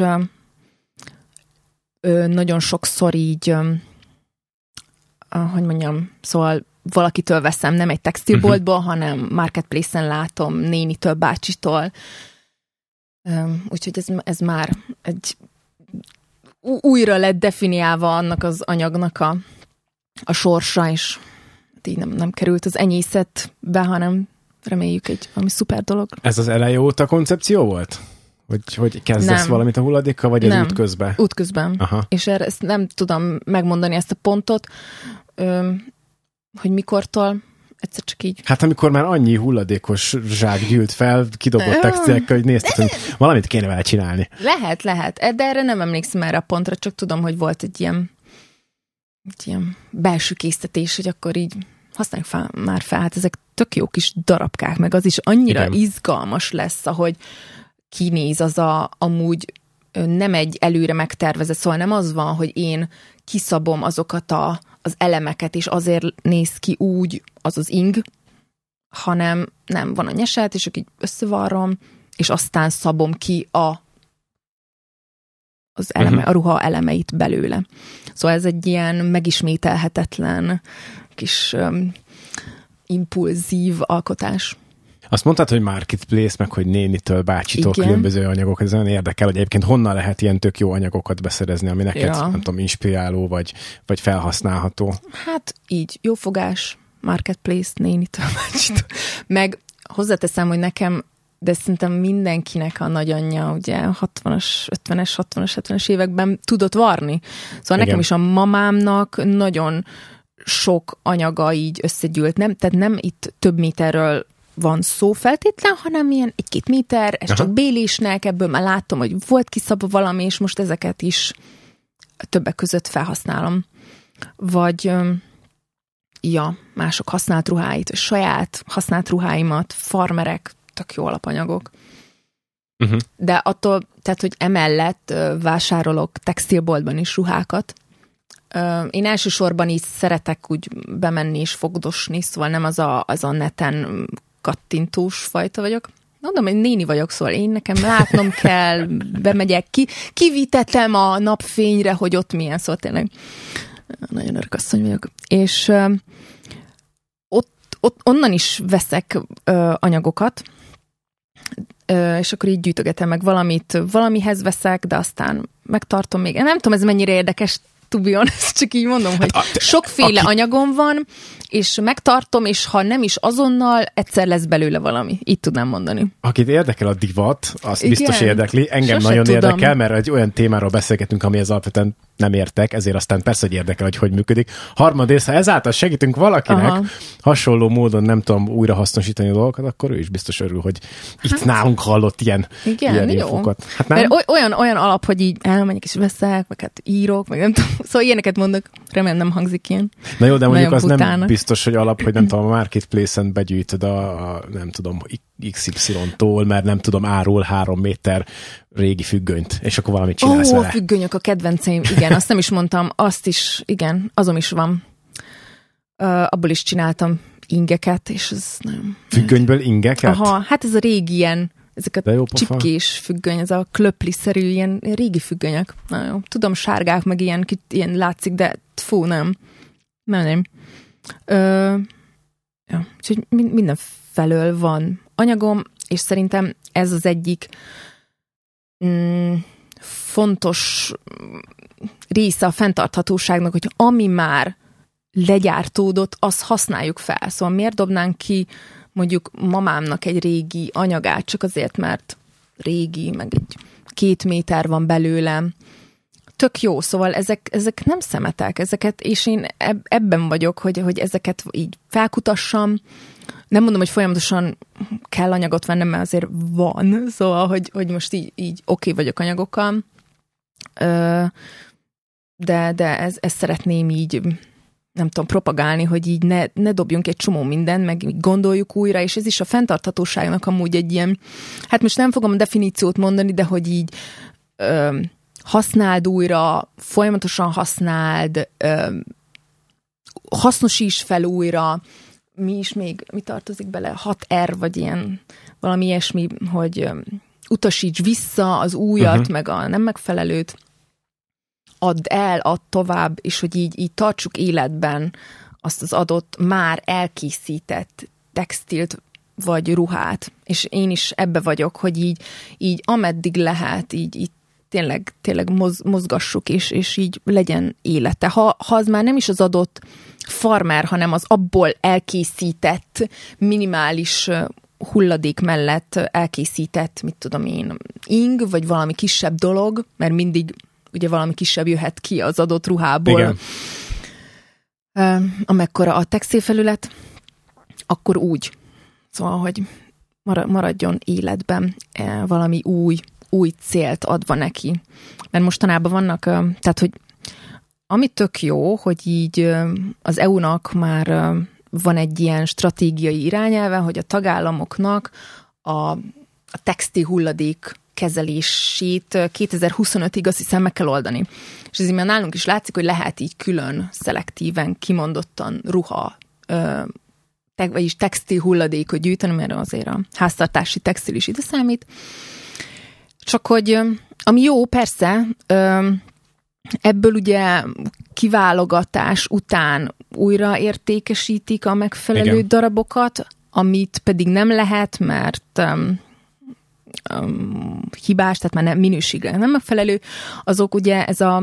nagyon sokszor így, hogy mondjam, szóval valakitől veszem, nem egy textilboltból, hanem marketplace-en látom, nénitől, bácsitól. Úgyhogy ez már egy újra lett definiálva annak az anyagnak a sorsa, és így nem került az enyészetbe, hanem reméljük egy valami szuper dolog. Ez az eleje óta koncepció volt? Hogy kezdesz valamit a hulladékkal, vagy ez útközben? Útközben. Aha. És ezt nem tudom megmondani ezt a pontot, hogy mikortól, egyszer csak így. Hát amikor már annyi hulladékos zsák gyűlt fel, kidobott textilekkel, hogy nézted, hogy valamit kéne vele csinálni. Lehet. De erre nem emlékszem erre a pontra, csak tudom, hogy volt egy ilyen belső késztetés, hogy akkor így használjuk már fel, hát ezek tök jó kis darabkák, meg az is annyira izgalmas lesz, ahogy kinéz az amúgy nem egy előre megtervezett, szóval nem az van, hogy én kiszabom azokat az elemeket, és azért néz ki úgy az ing, hanem nem, van a nyeset, és akkor így összevarrom, és aztán szabom ki az eleme, a ruha elemeit belőle. Szóval ez egy ilyen megismételhetetlen kis impulzív alkotás. Azt mondtad, hogy marketplace, meg hogy nénitől, bácsitól különböző anyagok. Ez olyan érdekel, hogy egyébként honnan lehet ilyen tök jó anyagokat beszerezni, ami neked, nem tudom, inspiráló, vagy felhasználható. Hát így, jófogás, marketplace, nénitől, bácsitól. Meg hozzáteszem, hogy nekem de szerintem mindenkinek a nagyanyja ugye 60-as, 50-es, 60-as, 70-es években tudott varni. Szóval igen. Nekem is a mamámnak nagyon sok anyaga így összegyűlt. Tehát nem itt több méterről van szó feltétlen, hanem ilyen 1-2 méter, ez csak bélésnek, ebből már láttam, hogy volt kiszabva valami, és most ezeket is többek között felhasználom. Vagy mások használt ruháit, vagy saját használt ruháimat, farmerek, tök jó alapanyagok. De attól, tehát, hogy emellett vásárolok textilboltban is ruhákat. Én elsősorban így szeretek úgy bemenni és fogdosni, szóval nem az a neten kattintós fajta vagyok. Mondom, hogy néni vagyok, szóval én nekem látnom kell, bemegyek kivítettem a napfényre, hogy ott milyen, szóval tényleg nagyon örök asszony vagyok. És ott onnan is veszek anyagokat, és akkor így gyűjtögetem meg valamihez veszek, de aztán megtartom még. Nem tudom, ez mennyire érdekes, to be honest, csak így mondom, hogy sokféle anyagom van, és megtartom, és ha nem is azonnal, egyszer lesz belőle valami. Így tudnám mondani. Akit érdekel a divat, azt igen, biztos érdekli. Engem nagyon tudom. Érdekel, mert egy olyan témáról beszélgetünk, amihez alapvetően nem értek, ezért aztán persze, hogy érdekel, hogy működik. Harmadrészt, ha ezáltal segítünk valakinek hasonló módon, nem tudom, újra hasznosítani a dolgokat, akkor ő is biztos örül, hogy itt nálunk hallott ilyen infokat. Hát nem? Olyan alap, hogy így elmegyek és veszek, meg hát írok, meg nem tudom. Szóval ilyeneket mondok, remélem nem hangzik ilyen. Na jó, de mondjuk az nem biztos, hogy alap, hogy nem tudom, a Marketplace-en begyűjtöd a nem tudom, XY-tól, mert nem tudom, árul 3 méter régi függönyt, és akkor valamit csinálsz vele. Függönyök a kedvenceim, igen, azt nem is mondtam, azt is, igen, azon is van. Abból is csináltam ingeket, és ez nagyon... Függönyből ingeket? Aha, hát ez a régi ilyen, ezek a csipkés függöny, ez a klöpli-szerű ilyen régi függönyök. Na jó, tudom, sárgák, meg ilyen látszik, de fú, nem. Nem. Úgyhogy mindenfelől van anyagom, és szerintem ez az egyik fontos része a fenntarthatóságnak, hogy ami már legyártódott, azt használjuk fel. Szóval miért dobnánk ki mondjuk mamámnak egy régi anyagát, csak azért, mert régi, meg egy 2 méter van belőlem. Tök jó, szóval ezek nem szemetek, ezeket, és én ebben vagyok, hogy ezeket így felkutassam. Nem mondom, hogy folyamatosan kell anyagot vennem, mert azért van, szóval, hogy most így oké vagyok anyagokkal, de ezt szeretném így, nem tudom, propagálni, hogy így ne dobjunk egy csomó mindent, meg gondoljuk újra, és ez is a fenntarthatóságnak amúgy egy ilyen, hát most nem fogom a definíciót mondani, de hogy így használd újra, folyamatosan használd, hasznosíts fel újra, mi tartozik bele, 6R, vagy ilyen valami ilyesmi, hogy utasíts vissza az újat, meg a nem megfelelőt, add el, add tovább, és hogy így tartsuk életben azt az adott, már elkészített textilt, vagy ruhát. És én is ebbe vagyok, hogy így ameddig lehet, így tényleg mozgassuk, és így legyen élete. Ha az már nem is az adott farmer, hanem az abból elkészített, minimális hulladék mellett elkészített, mit tudom én, ing, vagy valami kisebb dolog, mert mindig ugye valami kisebb jöhet ki az adott ruhából. Amekkora a textilfelület, akkor úgy. Szóval, hogy maradjon életben valami új célt adva neki. Mert mostanában vannak, tehát, hogy ami tök jó, hogy így az EU-nak már van egy ilyen stratégiai irányelve, hogy a tagállamoknak a textil hulladék kezelését 2025-ig azt hiszem meg kell oldani. És ez már nálunk is látszik, hogy lehet így külön, szelektíven, kimondottan ruha, vagyis textil hulladékot gyűjteni, mert azért a háztartási textil is ide számít. Csak hogy ami jó, persze, ebből ugye kiválogatás után újra értékesítik a megfelelő darabokat, amit pedig nem lehet, mert hibás, tehát már nem, minőségre nem megfelelő, azok ugye ez a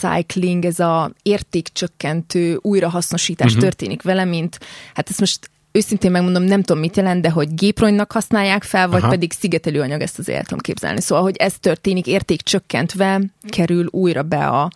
downcycling, ez a értékcsökkentő újrahasznosítás történik vele, mint, hát ezt most őszintén megmondom, nem tudom, mit jelent, de hogy gépronynak használják fel, vagy pedig szigetelőanyag, ezt azért el tudom képzelni. Szóval, hogy ez történik, értékcsökkentve kerül újra be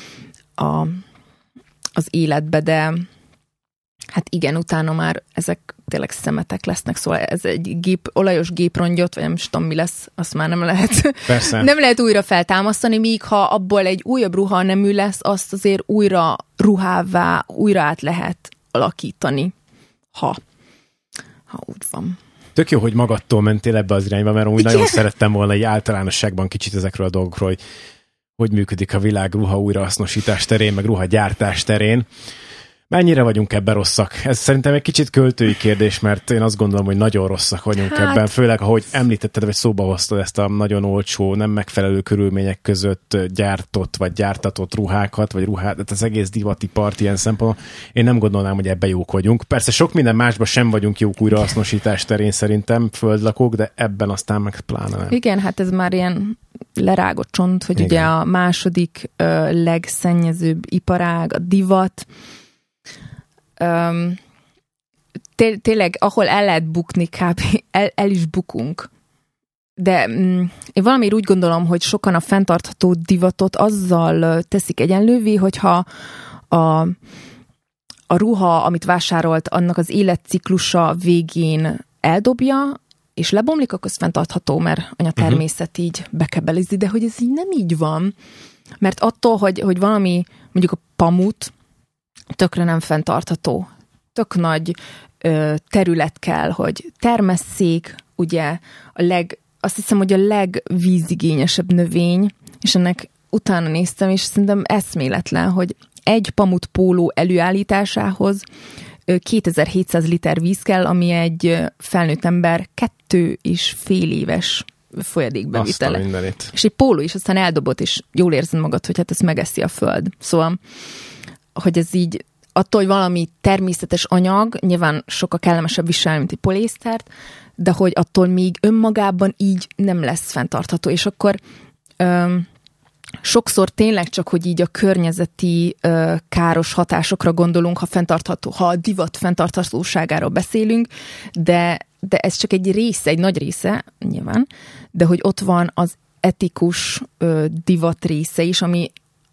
az életbe, de hát igen, utána már ezek tényleg szemetek lesznek, szóval ez egy olajos géprongyot, vagy nem is tudom, mi lesz, azt már nem lehet, nem lehet újra feltámasztani, míg ha abból egy újabb ruhanemű lesz, azt azért újra ruhává, újra át lehet alakítani, ha úgy van. Tök jó, hogy magadtól mentél ebbe az irányba, mert úgy nagyon szerettem volna egy általánosságban kicsit ezekről a dolgokról, hogy működik a világ ruha újrahasznosítás terén, meg ruhagyártás terén. Mennyire vagyunk ebben rosszak? Ez szerintem egy kicsit költői kérdés, mert én azt gondolom, hogy nagyon rosszak vagyunk ebben. Főleg, ahogy említetted, vagy szóba hoztad ezt a nagyon olcsó, nem megfelelő körülmények között gyártott, vagy gyártatott ruhákat, vagy ruhát, az egész divatipart ilyen szempontból. Én nem gondolnám, hogy ebben jók vagyunk. Persze sok minden másban sem vagyunk jók újrahasznosítás terén szerintem, földlakók, de ebben aztán meg pláne nem. Igen, hát ez már ilyen lerágott csont, hogy ugye a második legszennyezőbb iparág, a divat. Tényleg, ahol el lehet bukni, kb. El is bukunk. De én valamiért úgy gondolom, hogy sokan a fenntartható divatot azzal teszik egyenlővé, hogyha a ruha, amit vásárolt, annak az életciklusa végén eldobja, és lebomlik, akkor ez fenntartható, mert anyatermészet így bekebelizi, de hogy ez így nem így van. Mert attól, hogy valami, mondjuk a pamut, tökre nem fenntartható. Tök nagy terület kell, hogy termesszék, ugye azt hiszem, hogy a legvízigényesebb növény, és ennek utána néztem, és szerintem eszméletlen, hogy egy pamutpóló előállításához 2700 liter víz kell, ami egy felnőtt ember 2,5 éves folyadékbevitele. És egy póló is aztán eldobott, és jól érzed magad, hogy hát ezt megeszi a föld. Szóval hogy ez így, attól, hogy valami természetes anyag, nyilván sokkal kellemesebb viselni, mint egy poliésztert, de hogy attól még önmagában így nem lesz fenntartható. És akkor sokszor tényleg csak, hogy így a környezeti káros hatásokra gondolunk, ha a divat fenntarthatóságáról beszélünk, de ez csak egy része, egy nagy része, nyilván, de hogy ott van az etikus divat része is, ami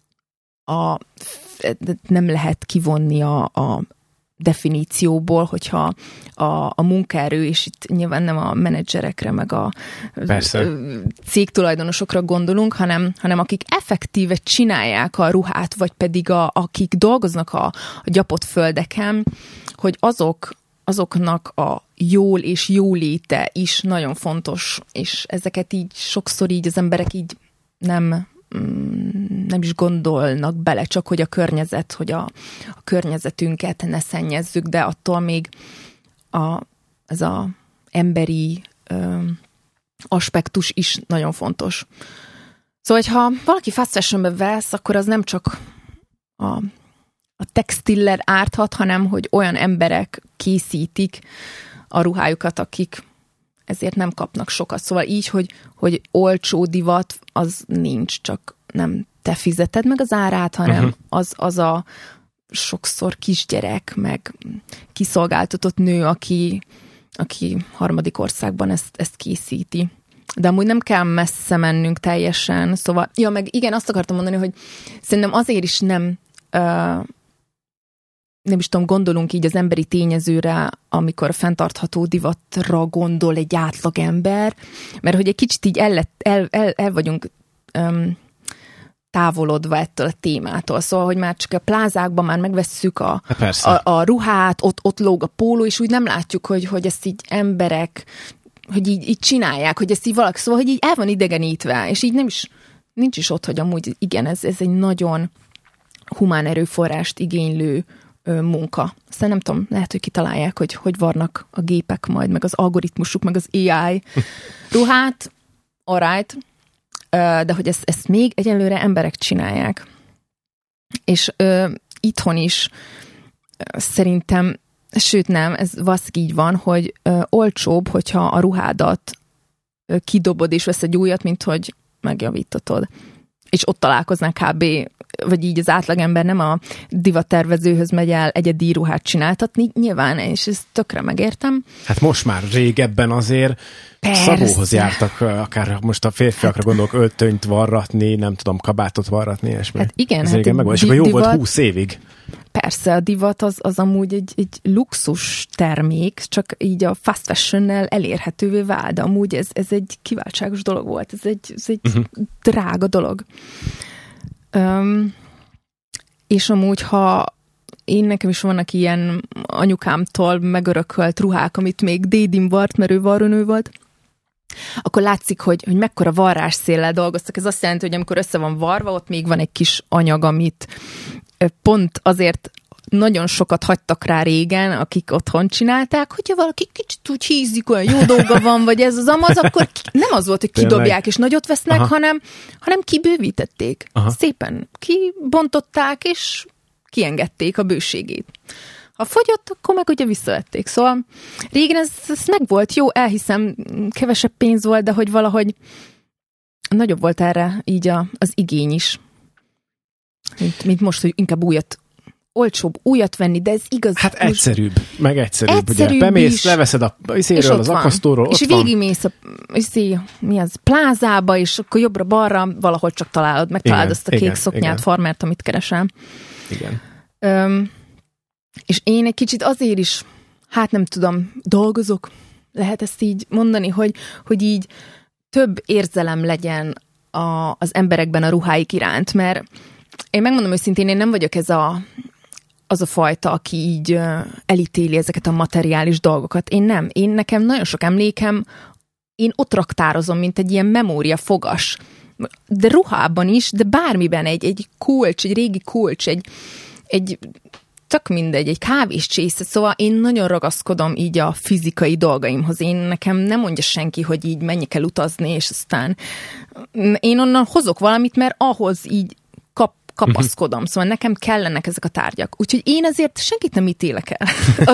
nem lehet kivonni a definícióból, hogyha a munkaerő, és itt nyilván nem a menedzserekre, meg a cégtulajdonosokra gondolunk, hanem akik effektíve csinálják a ruhát, vagy pedig akik dolgoznak a gyapott földeken, hogy azoknak a jól és jóléte is nagyon fontos, és ezeket így sokszor így az emberek így nem is gondolnak bele, csak hogy a környezet, hogy a környezetünket ne szennyezzük, de attól még ez az emberi aspektus is nagyon fontos. Szóval, ha valaki fast fashionbe vesz, akkor az nem csak a textiller árthat, hanem hogy olyan emberek készítik a ruhájukat, akik ezért nem kapnak sokat. Szóval így, hogy olcsó divat, az nincs, csak nem te fizeted meg az árát, hanem az a sokszor kisgyerek, meg kiszolgáltatott nő, aki harmadik országban ezt készíti. De amúgy nem kell messze mennünk teljesen, szóval, meg igen, azt akartam mondani, hogy szerintem azért is nem is tudom, gondolunk így az emberi tényezőre, amikor fenntartható divatra gondol egy átlag ember, mert hogy egy kicsit így el vagyunk távolodva ettől a témától. Szóval, hogy már csak a plázákban már megvesszük a ruhát, ott lóg a póló, és úgy nem látjuk, hogy ezt így emberek, hogy így csinálják, hogy ezt így valaki, szóval, hogy így el van idegenítve, és így nincs is ott, hogy amúgy igen, ez egy nagyon humán erőforrást igénylő munka. Aztán nem tudom, lehet, hogy kitalálják, hogy varnak a gépek majd, meg az algoritmusuk, meg az AI ruhát, alright, de hogy ezt még egyelőre emberek csinálják. És itthon is szerintem, sőt nem, ez valószínűleg így van, hogy olcsóbb, hogyha a ruhádat kidobod és vesz egy újat, mint hogy megjavítatod. és ott találkoznák kb. Vagy így az átlagember nem a divattervezőhöz megy el egyedi ruhát csináltatni, nyilván, és ezt tökre megértem. Hát most már régebben azért szabóhoz jártak, akár most a férfiakra gondolok, öltönyt varratni, nem tudom, kabátot varratni, és hát igen, hát és akkor jó volt 20 évig. Persze, a divat az amúgy egy luxus termék, csak így a fast fashionnel elérhetővé vált, de amúgy ez egy kiváltságos dolog volt, ez egy drága dolog. És amúgy, ha nekem is vannak ilyen anyukámtól megörökölt ruhák, amit még dédim vart, mert ő varronő volt, akkor látszik, hogy mekkora varrásszéllel dolgoztak. Ez azt jelenti, hogy amikor össze van varva, ott még van egy kis anyag, amit pont azért nagyon sokat hagytak rá régen, akik otthon csinálták, hogyha valaki kicsit úgy hízik, olyan jó dolga van, vagy ez az amaz, akkor nem az volt, hogy kidobják és nagyot vesznek, hanem kibővítették. Aha. Szépen kibontották, és kiengedték a bőségét. Ha fogyott, akkor meg ugye visszavették. Szóval régen ez meg volt, jó, elhiszem, kevesebb pénz volt, de hogy valahogy nagyobb volt erre így az igény is. Mint most, hogy inkább olcsóbb újat venni, de ez igaz. Hát egyszerűbb, meg egyszerűbb ugye. Bemész, is, leveszed az akasztóról, és végigmész a plázába, és akkor jobbra-balra valahol csak megtalálod azt a kék szoknyát, farmert, amit keresel. Igen. És én egy kicsit azért is, hát nem tudom, dolgozok, lehet ezt így mondani, hogy így több érzelem legyen az emberekben a ruháik iránt, mert én megmondom őszintén, én nem vagyok az a fajta, aki így elítéli ezeket a materiális dolgokat. Én nem. Nekem nagyon sok emlékem, én ott raktározom, mint egy ilyen memóriafogas. De ruhában is, de bármiben egy kulcs, egy régi kulcs, egy tök mindegy, egy kávéscsésze, szóval én nagyon ragaszkodom így a fizikai dolgaimhoz. Nekem nem mondja senki, hogy így menjek el utazni, és aztán én onnan hozok valamit, mert ahhoz így kapaszkodom. Szóval nekem kellenek ezek a tárgyak. Úgyhogy én ezért senkit nem ítélek el.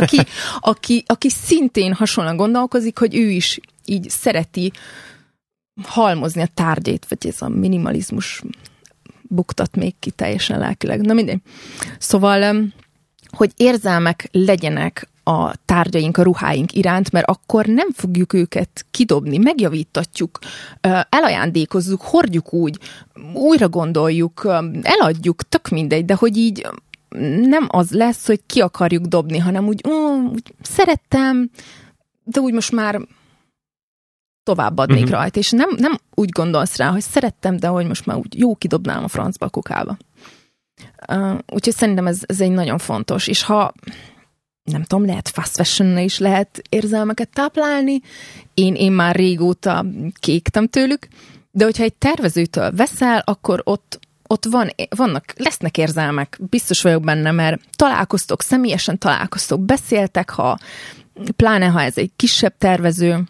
Aki szintén hasonlóan gondolkozik, hogy ő is így szereti halmozni a tárgyait, vagy ez a minimalizmus buktat még ki teljesen lelkileg. Na mindegy. Szóval, hogy érzelmek legyenek a tárgyaink, a ruháink iránt, mert akkor nem fogjuk őket kidobni, megjavítatjuk, elajándékozzuk, hordjuk úgy, újra gondoljuk, eladjuk, tök mindegy, de hogy így nem az lesz, hogy ki akarjuk dobni, hanem úgy szerettem, de úgy most már továbbadnék rajta, és nem úgy gondolsz rá, hogy szerettem, de hogy most már úgy jó kidobnám a francba, a kukába. Úgyhogy szerintem ez egy nagyon fontos, és ha nem tudom, lehet fast fashion-nel is lehet érzelmeket táplálni. Én már régóta kéktem tőlük, de hogyha egy tervezőtől veszel, akkor ott lesznek érzelmek, biztos vagyok benne, mert személyesen találkoztok, beszéltek, pláne ha ez egy kisebb tervező,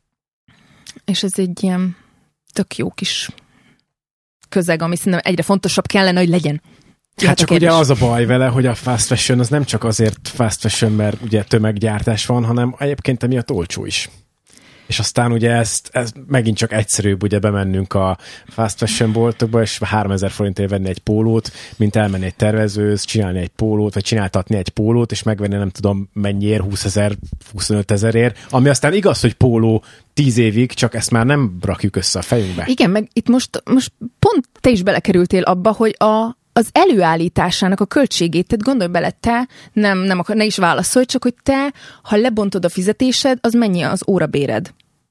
és ez egy ilyen tök jó kis közeg, ami szerintem egyre fontosabb kellene, hogy legyen. Hát csak ugye az a baj vele, hogy a fast fashion az nem csak azért fast fashion, mert ugye tömeggyártás van, hanem egyébként emiatt olcsó is. És aztán ugye ez megint csak egyszerűbb ugye bemennünk a fast fashion boltokba, és 3000 forintért venni egy pólót, mint elmenni egy tervezőhöz, csinálni egy pólót, vagy csináltatni egy pólót, és megvenni nem tudom mennyiért, 20 000, 25 000-ért, ami aztán igaz, hogy póló 10 évig, csak ezt már nem rakjuk össze a fejünkbe. Igen, meg itt most pont te is belekerültél abba, hogy az előállításának a költségét, tehát gondolj bele, te ne is válaszolj, csak hogy te, ha lebontod a fizetésed, az mennyi az órabéred?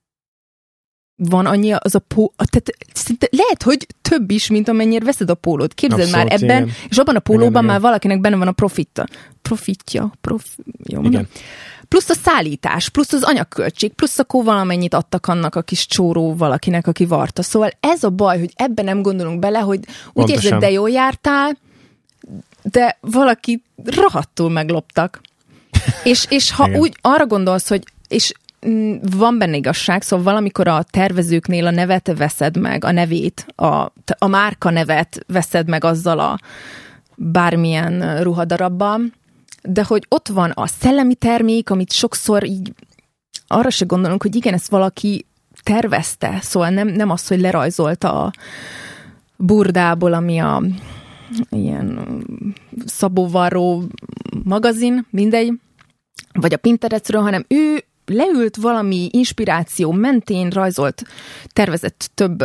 Van annyi az tehát lehet, hogy több is, mint amennyire veszed a pólót. Képzeld abszolút, már ebben, igen. És abban a pólóban igen, már valakinek benne van a profitja. Jó, igen. Plusz a szállítás, plusz az anyagköltség, plusz akkor valamennyit adtak annak a kis csóró valakinek, aki varta. Szóval ez a baj, hogy ebben nem gondolunk bele, hogy úgy érzed, de jól jártál, de valaki rohadtul megloptak. és ha úgy arra gondolsz, hogy és van benne igazság, szóval valamikor a tervezőknél a nevet veszed meg, a nevét, a márka nevet veszed meg azzal a bármilyen ruhadarabban, de hogy ott van a szellemi termék, amit sokszor így arra se gondolunk, hogy igen, ezt valaki tervezte, szóval nem az, hogy lerajzolta Burdából, ami a ilyen Szabóvarró magazin, mindegy, vagy a Pinterestről, hanem ő leült valami inspiráció mentén, tervezett több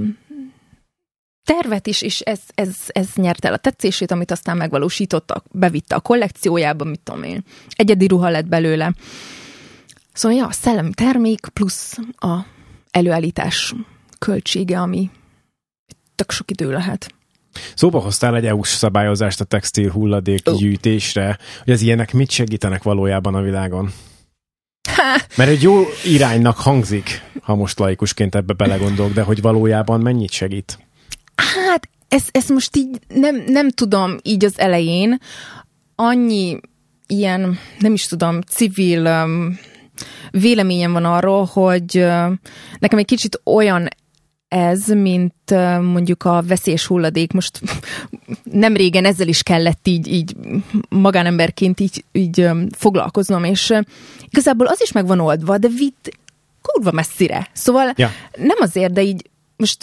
tervet is, és ez nyerte el a tetszését, amit aztán megvalósította, bevitte a kollekciójába, mit tudom én. Egyedi ruha lett belőle. Szóval ja, szellemi termék plusz a előállítás költsége, ami tök sok idő lehet. Szóba hoztál egy EU-s szabályozást a textil hulladék gyűjtésre, hogy az ilyenek mit segítenek valójában a világon? Mert egy jó iránynak hangzik, ha most laikusként ebbe belegondolok, de hogy valójában mennyit segít? Hát, ezt most így nem tudom így az elején. Annyi ilyen, nem is tudom, civil véleményem van arról, hogy nekem egy kicsit olyan ez, mint mondjuk a veszélyes hulladék. Most nem régen ezzel is kellett így magánemberként így foglalkoznom, és igazából az is meg van oldva, de vitt kurva messzire. Szóval nem azért, de így most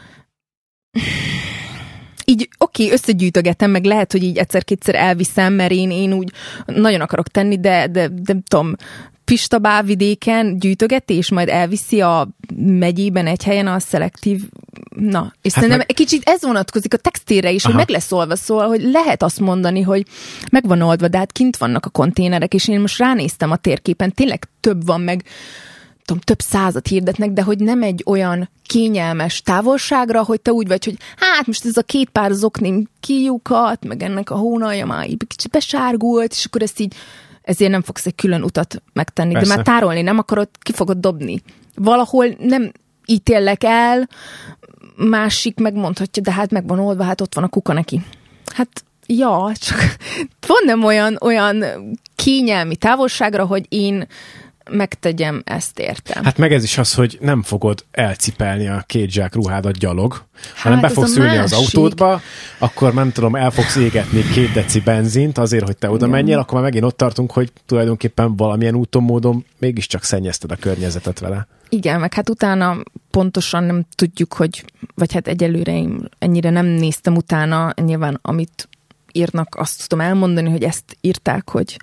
így oké, összegyűjtögetem, meg lehet, hogy így egyszer-kétszer elviszem, mert én úgy nagyon akarok tenni, de nem tudom, Pistabávidéken gyűjtögetés, majd elviszi a megyében egy helyen a szelektív, na, és hát szerintem egy kicsit ez vonatkozik a textilre is, hogy meg lesz olva, szóval, hogy lehet azt mondani, hogy meg van oldva, de hát kint vannak a konténerek, és én most ránéztem a térképen, tényleg több van, meg tudom, több százat hirdetnek, de hogy nem egy olyan kényelmes távolságra, hogy te úgy vagy, hogy hát most ez a 2 pár zoknim kiukat, meg ennek a hónalja már így kicsit besárgult, és akkor ezt így ezért nem fogsz egy külön utat megtenni. Persze. De már tárolni nem akarod, ki fogod dobni. Valahol nem ítéllek el, másik megmondhatja, de hát meg van oldva, hát ott van a kuka neki. Hát ja, csak van nem olyan kényelmi távolságra, hogy én megtegyem ezt értem. Hát meg ez is az, hogy nem fogod elcipelni a 2 zsák ruhádat gyalog, hanem be fogsz ülni az autódba, akkor nem tudom, el fogsz égetni 2 deci benzint azért, hogy te oda menjél, akkor már megint ott tartunk, hogy tulajdonképpen valamilyen úton, módon mégiscsak szennyezted a környezetet vele. Igen, meg hát utána pontosan nem tudjuk, hogy, vagy hát egyelőre én ennyire nem néztem utána, nyilván amit írnak, azt tudom elmondani, hogy ezt írták, hogy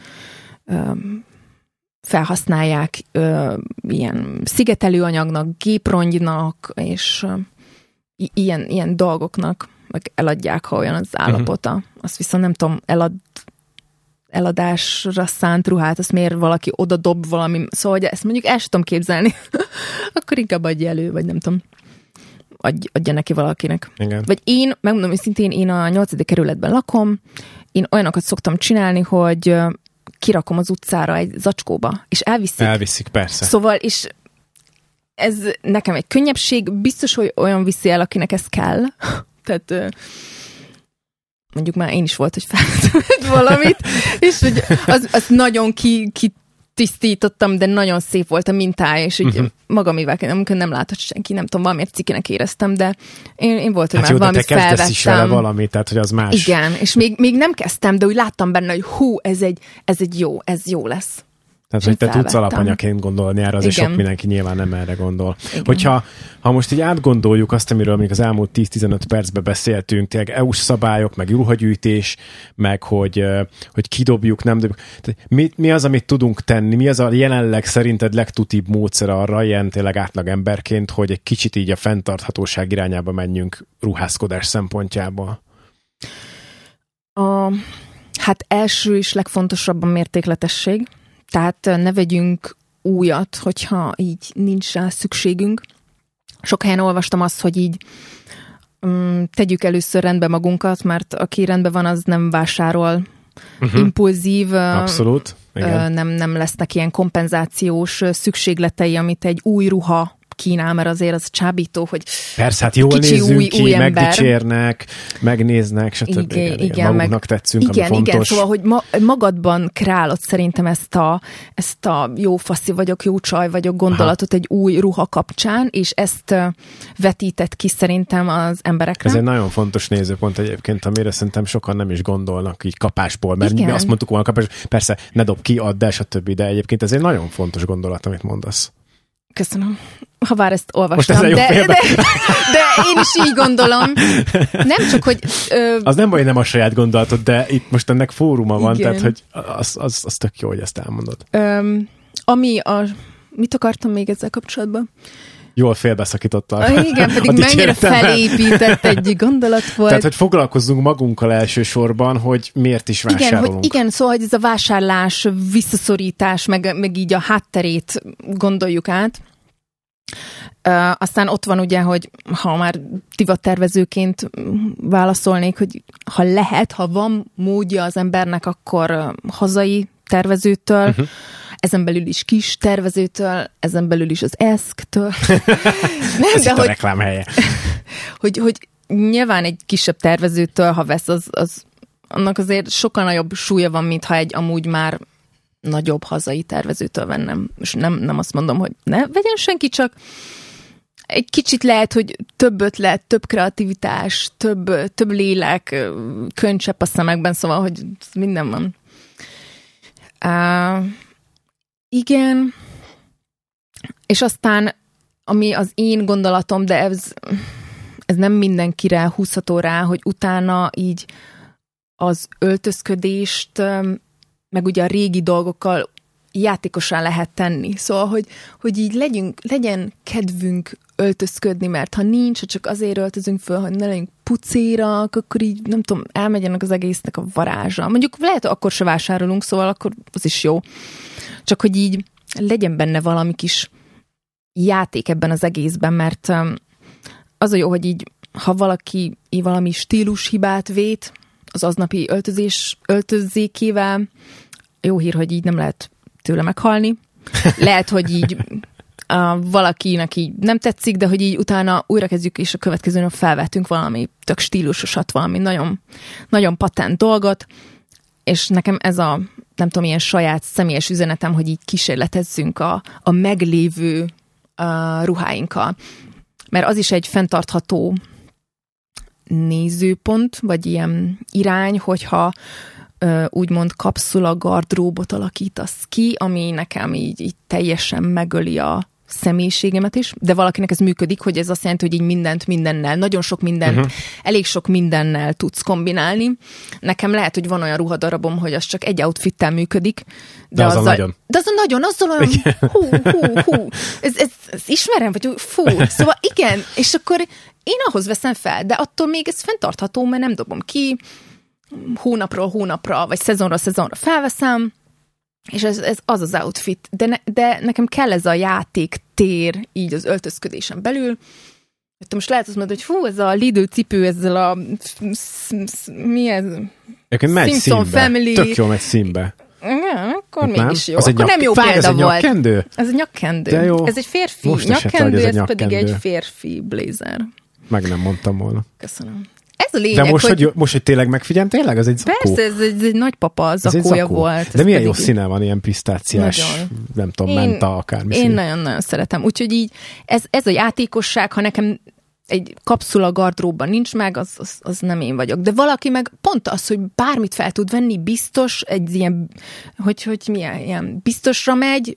felhasználják ilyen szigetelőanyagnak, géprongynak, és ilyen dolgoknak, meg eladják, ha olyan az állapota. Azt viszont nem tudom, eladásra szánt ruhát, azt miért valaki oda dob valami, szóval hogy ezt mondjuk el sem tudom képzelni, akkor inkább adja elő, vagy nem tudom, adja neki valakinek. Igen. Vagy én, megmondom őszintén, én a 8. kerületben lakom, én olyanokat szoktam csinálni, hogy kirakom az utcára egy zacskóba, és elviszik. Elviszik, persze. Szóval, és ez nekem egy könnyebbség, biztos, hogy olyan viszi el, akinek ez kell. Tehát mondjuk már én is volt, hogy felvettem valamit, és hogy az nagyon tisztítottam, de nagyon szép volt a mintája, és így magamével, amikor nem látott senki, nem tudom, valamiért cikinek éreztem, de én volt, hogy hát már valamit felvettem. Hát jó, de te kezdesz is vele valamit, tehát hogy az más. Igen, és még nem kezdtem, de úgy láttam benne, hogy hú, ez jó lesz. Tehát, hogy te tudsz alapanyaként gondolni erre, azért sok mindenki nyilván nem erre gondol. Igen. Hogyha most így átgondoljuk azt, amiről még az elmúlt 10-15 percben beszéltünk, tényleg EU-s szabályok, meg ruhagyűjtés, meg hogy kidobjuk, nem dobjuk. Mi az, amit tudunk tenni? Mi az a jelenleg szerinted legtutibb módszer arra, ilyen tényleg átlag emberként, hogy egy kicsit így a fenntarthatóság irányába menjünk ruházkodás szempontjából? Hát első és legfontosabb a mértékletesség. Tehát ne vegyünk újat, hogyha így nincs rá szükségünk. Sok helyen olvastam azt, hogy így tegyük először rendbe magunkat, mert aki rendben van, az nem vásárol impulzív. Abszolút. Igen. Nem lesznek ilyen kompenzációs szükségletei, amit egy új ruha kínál, mert azért az csábító, hogy persze, hát jól nézzünk ki, megdicsérnek, megnéznek, stb. Igen, magunknak tetszünk, igen, ami fontos. Igen, szóval, hogy magadban kreálod szerintem ezt a jó faszi vagyok, jó csaj vagyok gondolatot egy új ruha kapcsán, és ezt vetített ki szerintem az emberekre. Ez egy nagyon fontos nézőpont egyébként, amire szerintem sokan nem is gondolnak így kapásból, mert mi azt mondtuk volna kapás, persze, ne dob ki, add el, stb. De egyébként ez egy nagyon fontos gondolat, amit mondasz. Köszönöm. Ha bár ezt olvastam, de én is így gondolom. Nem csak, hogy... Az nem baj, nem a saját gondolatod, de itt most ennek fóruma van, igen. tehát hogy az tök jó, hogy ezt elmondod. Mit akartam még ezzel kapcsolatban? Jól félbeszakítottál. Igen, pedig mennyire felépített egy gondolat volt. Tehát, hogy foglalkozzunk magunkkal elsősorban, hogy miért is vásárolunk. Igen, szóval hogy ez a vásárlás, visszaszorítás, meg így a hátterét gondoljuk át. Aztán ott van ugye, hogy ha már divattervezőként válaszolnék, hogy ha lehet, ha van módja az embernek, akkor hazai tervezőtől, ezen belül is kis tervezőtől, ezen belül is az ESZK-től. Ez itt a reklám helye. Hogy nyilván egy kisebb tervezőtől, ha vesz, az annak azért sokkal nagyobb súlya van, mint ha egy amúgy már nagyobb hazai tervezőtől vennem. És nem azt mondom, hogy ne vegyen senki, csak egy kicsit lehet, hogy több ötlet, több kreativitás, több lélek, könycsepp a szemekben, szóval, hogy minden van. Igen. És aztán, ami az én gondolatom, de ez nem mindenkire húzható rá, hogy utána így az öltözködést, meg ugye a régi dolgokkal játékosan lehet tenni. Szóval, hogy így legyen kedvünk öltözködni, mert ha nincs, ha csak azért öltözünk föl, hogy ne legyünk pucérak, akkor így, nem tudom, elmegyenek az egésznek a varázsa. Mondjuk lehet, akkor se vásárolunk, szóval akkor az is jó. Csak hogy így legyen benne valami kis játék ebben az egészben, mert az a jó, hogy így, ha valaki valami stílushibát vét az aznapi öltözékével, jó hír, hogy így nem lehet tőle meghalni. Lehet, hogy így valakinek így nem tetszik, de hogy így utána újra kezdjük, és a következő nap felvettünk valami tök stílusosat, valami nagyon, nagyon patent dolgot, és nekem ez a, nem tudom, ilyen saját személyes üzenetem, hogy így kísérletezzünk a meglévő ruháinkkal. Mert az is egy fenntartható nézőpont, vagy ilyen irány, hogyha úgymond kapszula gardróbot alakítasz ki, ami nekem így teljesen megöli a személyiségemet is, de valakinek ez működik, hogy ez azt jelenti, hogy így mindent mindennel, nagyon sok mindent, elég sok mindennel tudsz kombinálni. Nekem lehet, hogy van olyan ruhadarabom, hogy az csak egy outfittel működik. De azzal nagyon. De azzal olyan, hú. Ez ismerem, vagy fú. Szóval igen, és akkor én ahhoz veszem fel, de attól még ez fenntartható, mert nem dobom ki, hónapról hónapra, vagy szezonról szezonra felveszem, és ez az outfit. De nekem kell ez a játéktér így az öltözködésen belül. Most lehet azt mondani, hogy ez a Lidl cipő, ezzel a mi ez? Simpson Family. Tök jó, megy színbe. Ja, akkor mégis jó. Az akkor nem jó példa ez egy volt. Nyakkendő? Ez egy nyakkendő. De jó. Ez egy férfi most nyakkendő, ez pedig egy férfi blazer. Meg nem mondtam volna. Köszönöm. Ez a lényeg, de most, hogy tényleg megfigyelem, tényleg? Ez egy zakó? Persze, ez egy nagypapa zakója volt. De milyen jó színe van, ilyen pisztáciás, nem tudom, menta, akármi szín. Én nagyon-nagyon szeretem. Úgyhogy így ez a játékosság, ha nekem egy kapszula gardróbban nincs meg, az nem én vagyok. De valaki meg pont az, hogy bármit fel tud venni, biztos, egy ilyen, hogy milyen, ilyen biztosra megy,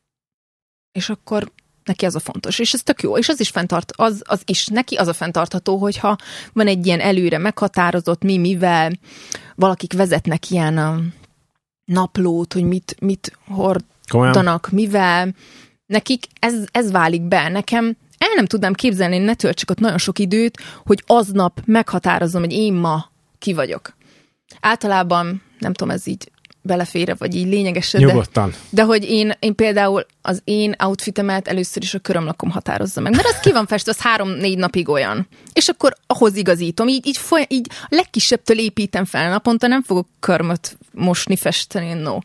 és akkor neki az a fontos, és ez tök jó, és az is neki az a fenntartható, hogyha van egy ilyen előre meghatározott mivel, valakik vezetnek ilyen naplót, hogy mit hordanak, mivel, nekik ez válik be. Nekem nem tudnám képzelni, ne töltsek ott nagyon sok időt, hogy aznap meghatározom, hogy én ma ki vagyok. Általában, nem tudom, ez így belefér, vagy így lényegesen. Nyugodtan. De hogy én például az én outfitemet először is a körömlakom határozza meg. Mert az ki van festve, az 3-4 napig olyan. És akkor ahhoz igazítom. Így a legkisebbtől építem fel. Naponta nem fogok körmöt mosni, festeni, no.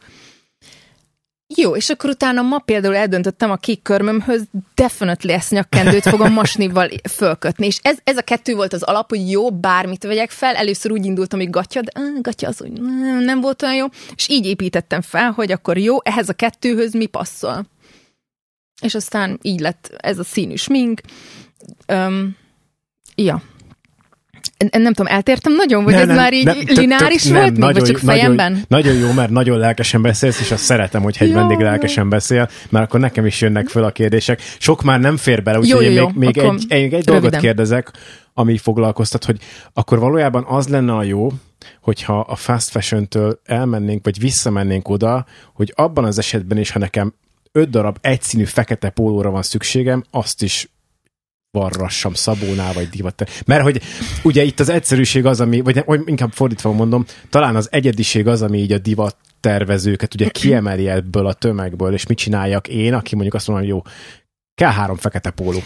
Jó, és akkor utána ma például eldöntöttem a kék körmömhöz, definitely ezt nyakkendőt fogom mosnival fölkötni. És ez a kettő volt az alap, hogy jó, bármit vegyek fel. Először úgy indultam, hogy gatya, de gatya az úgy nem volt olyan jó. És így építettem fel, hogy akkor jó, ehhez a kettőhöz mi passzol. És aztán így lett ez a színű smink. Ja. Nem tudom, eltértem nagyon, vagy ez már így lineáris volt még, vagy csak fejemben? Nagyon jó, mert nagyon lelkesen beszélsz, és azt szeretem, hogyha egy vendég lelkesen beszél, mert akkor nekem is jönnek föl a kérdések. Sok már nem fér bele, úgyhogy még egy dolgot kérdezek, ami foglalkoztat, hogy akkor valójában az lenne a jó, hogyha a fast fashion-től elmennénk, vagy visszamennénk oda, hogy abban az esetben is, ha nekem 5 darab egyszínű fekete pólóra van szükségem, azt is varrassam Szabónál, vagy divat. Mert hogy ugye itt az egyszerűség az, ami, vagy inkább fordítva mondom, talán az egyediség az, ami így a divat tervezőket ugye kiemeli ebből a tömegből, és mit csináljak én, aki mondjuk azt mondom, hogy jó, kell 3 fekete póló.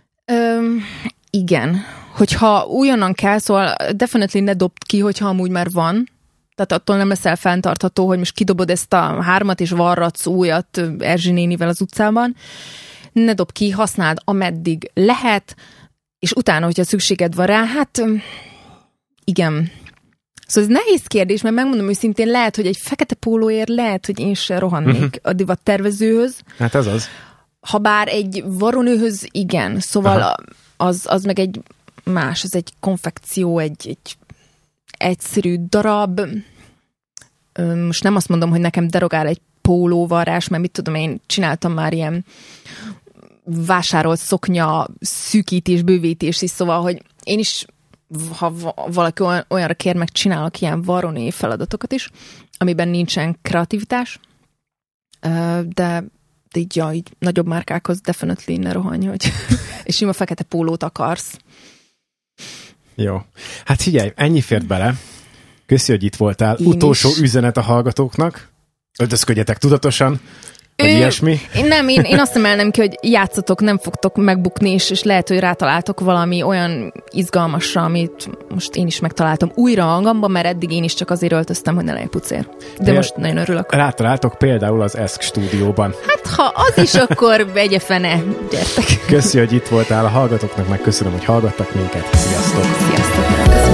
Igen. Hogyha újonnan kell, szóval definitely ne dobd ki, hogyha amúgy már van. Tehát attól nem leszel fenntartható, hogy most kidobod ezt a 3 és varratsz újat Erzsi nénivel az utcában. Ne dob ki, használd ameddig lehet, és utána, hogyha szükséged van rá, hát igen. Szóval ez nehéz kérdés, mert megmondom őszintén, lehet, hogy egy fekete pólóért lehet, hogy én se rohannék a divat tervezőhöz. Hát ez az. Habár egy varonőhöz igen, szóval az meg egy más, az egy konfekció, egy egyszerű darab. Most nem azt mondom, hogy nekem derogál egy pólóvarrás, mert mit tudom, én csináltam már ilyen vásárolt szoknya szűkítés, bővítés is, szóval, hogy én is, ha valaki olyanra kér, meg csinálok ilyen varoné feladatokat is, amiben nincsen kreativitás, de így nagyobb márkákhoz definitely ne rohanj, hogy és sima fekete pólót akarsz. Jó. Hát figyelj, ennyi fért bele. Köszi, hogy itt voltál. Utolsó üzenet a hallgatóknak. Öltözködjetek tudatosan, vagy ilyesmi. Én azt emelnem ki, hogy játszatok, nem fogtok megbukni, és lehet, hogy rátaláltok valami olyan izgalmasra, amit most én is megtaláltam újra magamban, mert eddig én is csak azért öltöztem, hogy ne legyen pucér. De most nagyon örülök. Rátaláltok például az ESK stúdióban. Hát ha az is, akkor vegye fene, gyertek. Köszi, hogy itt voltál a hallgatóknak, meg köszönöm, hogy hallgattak minket. Sziasztok! Sziasztok!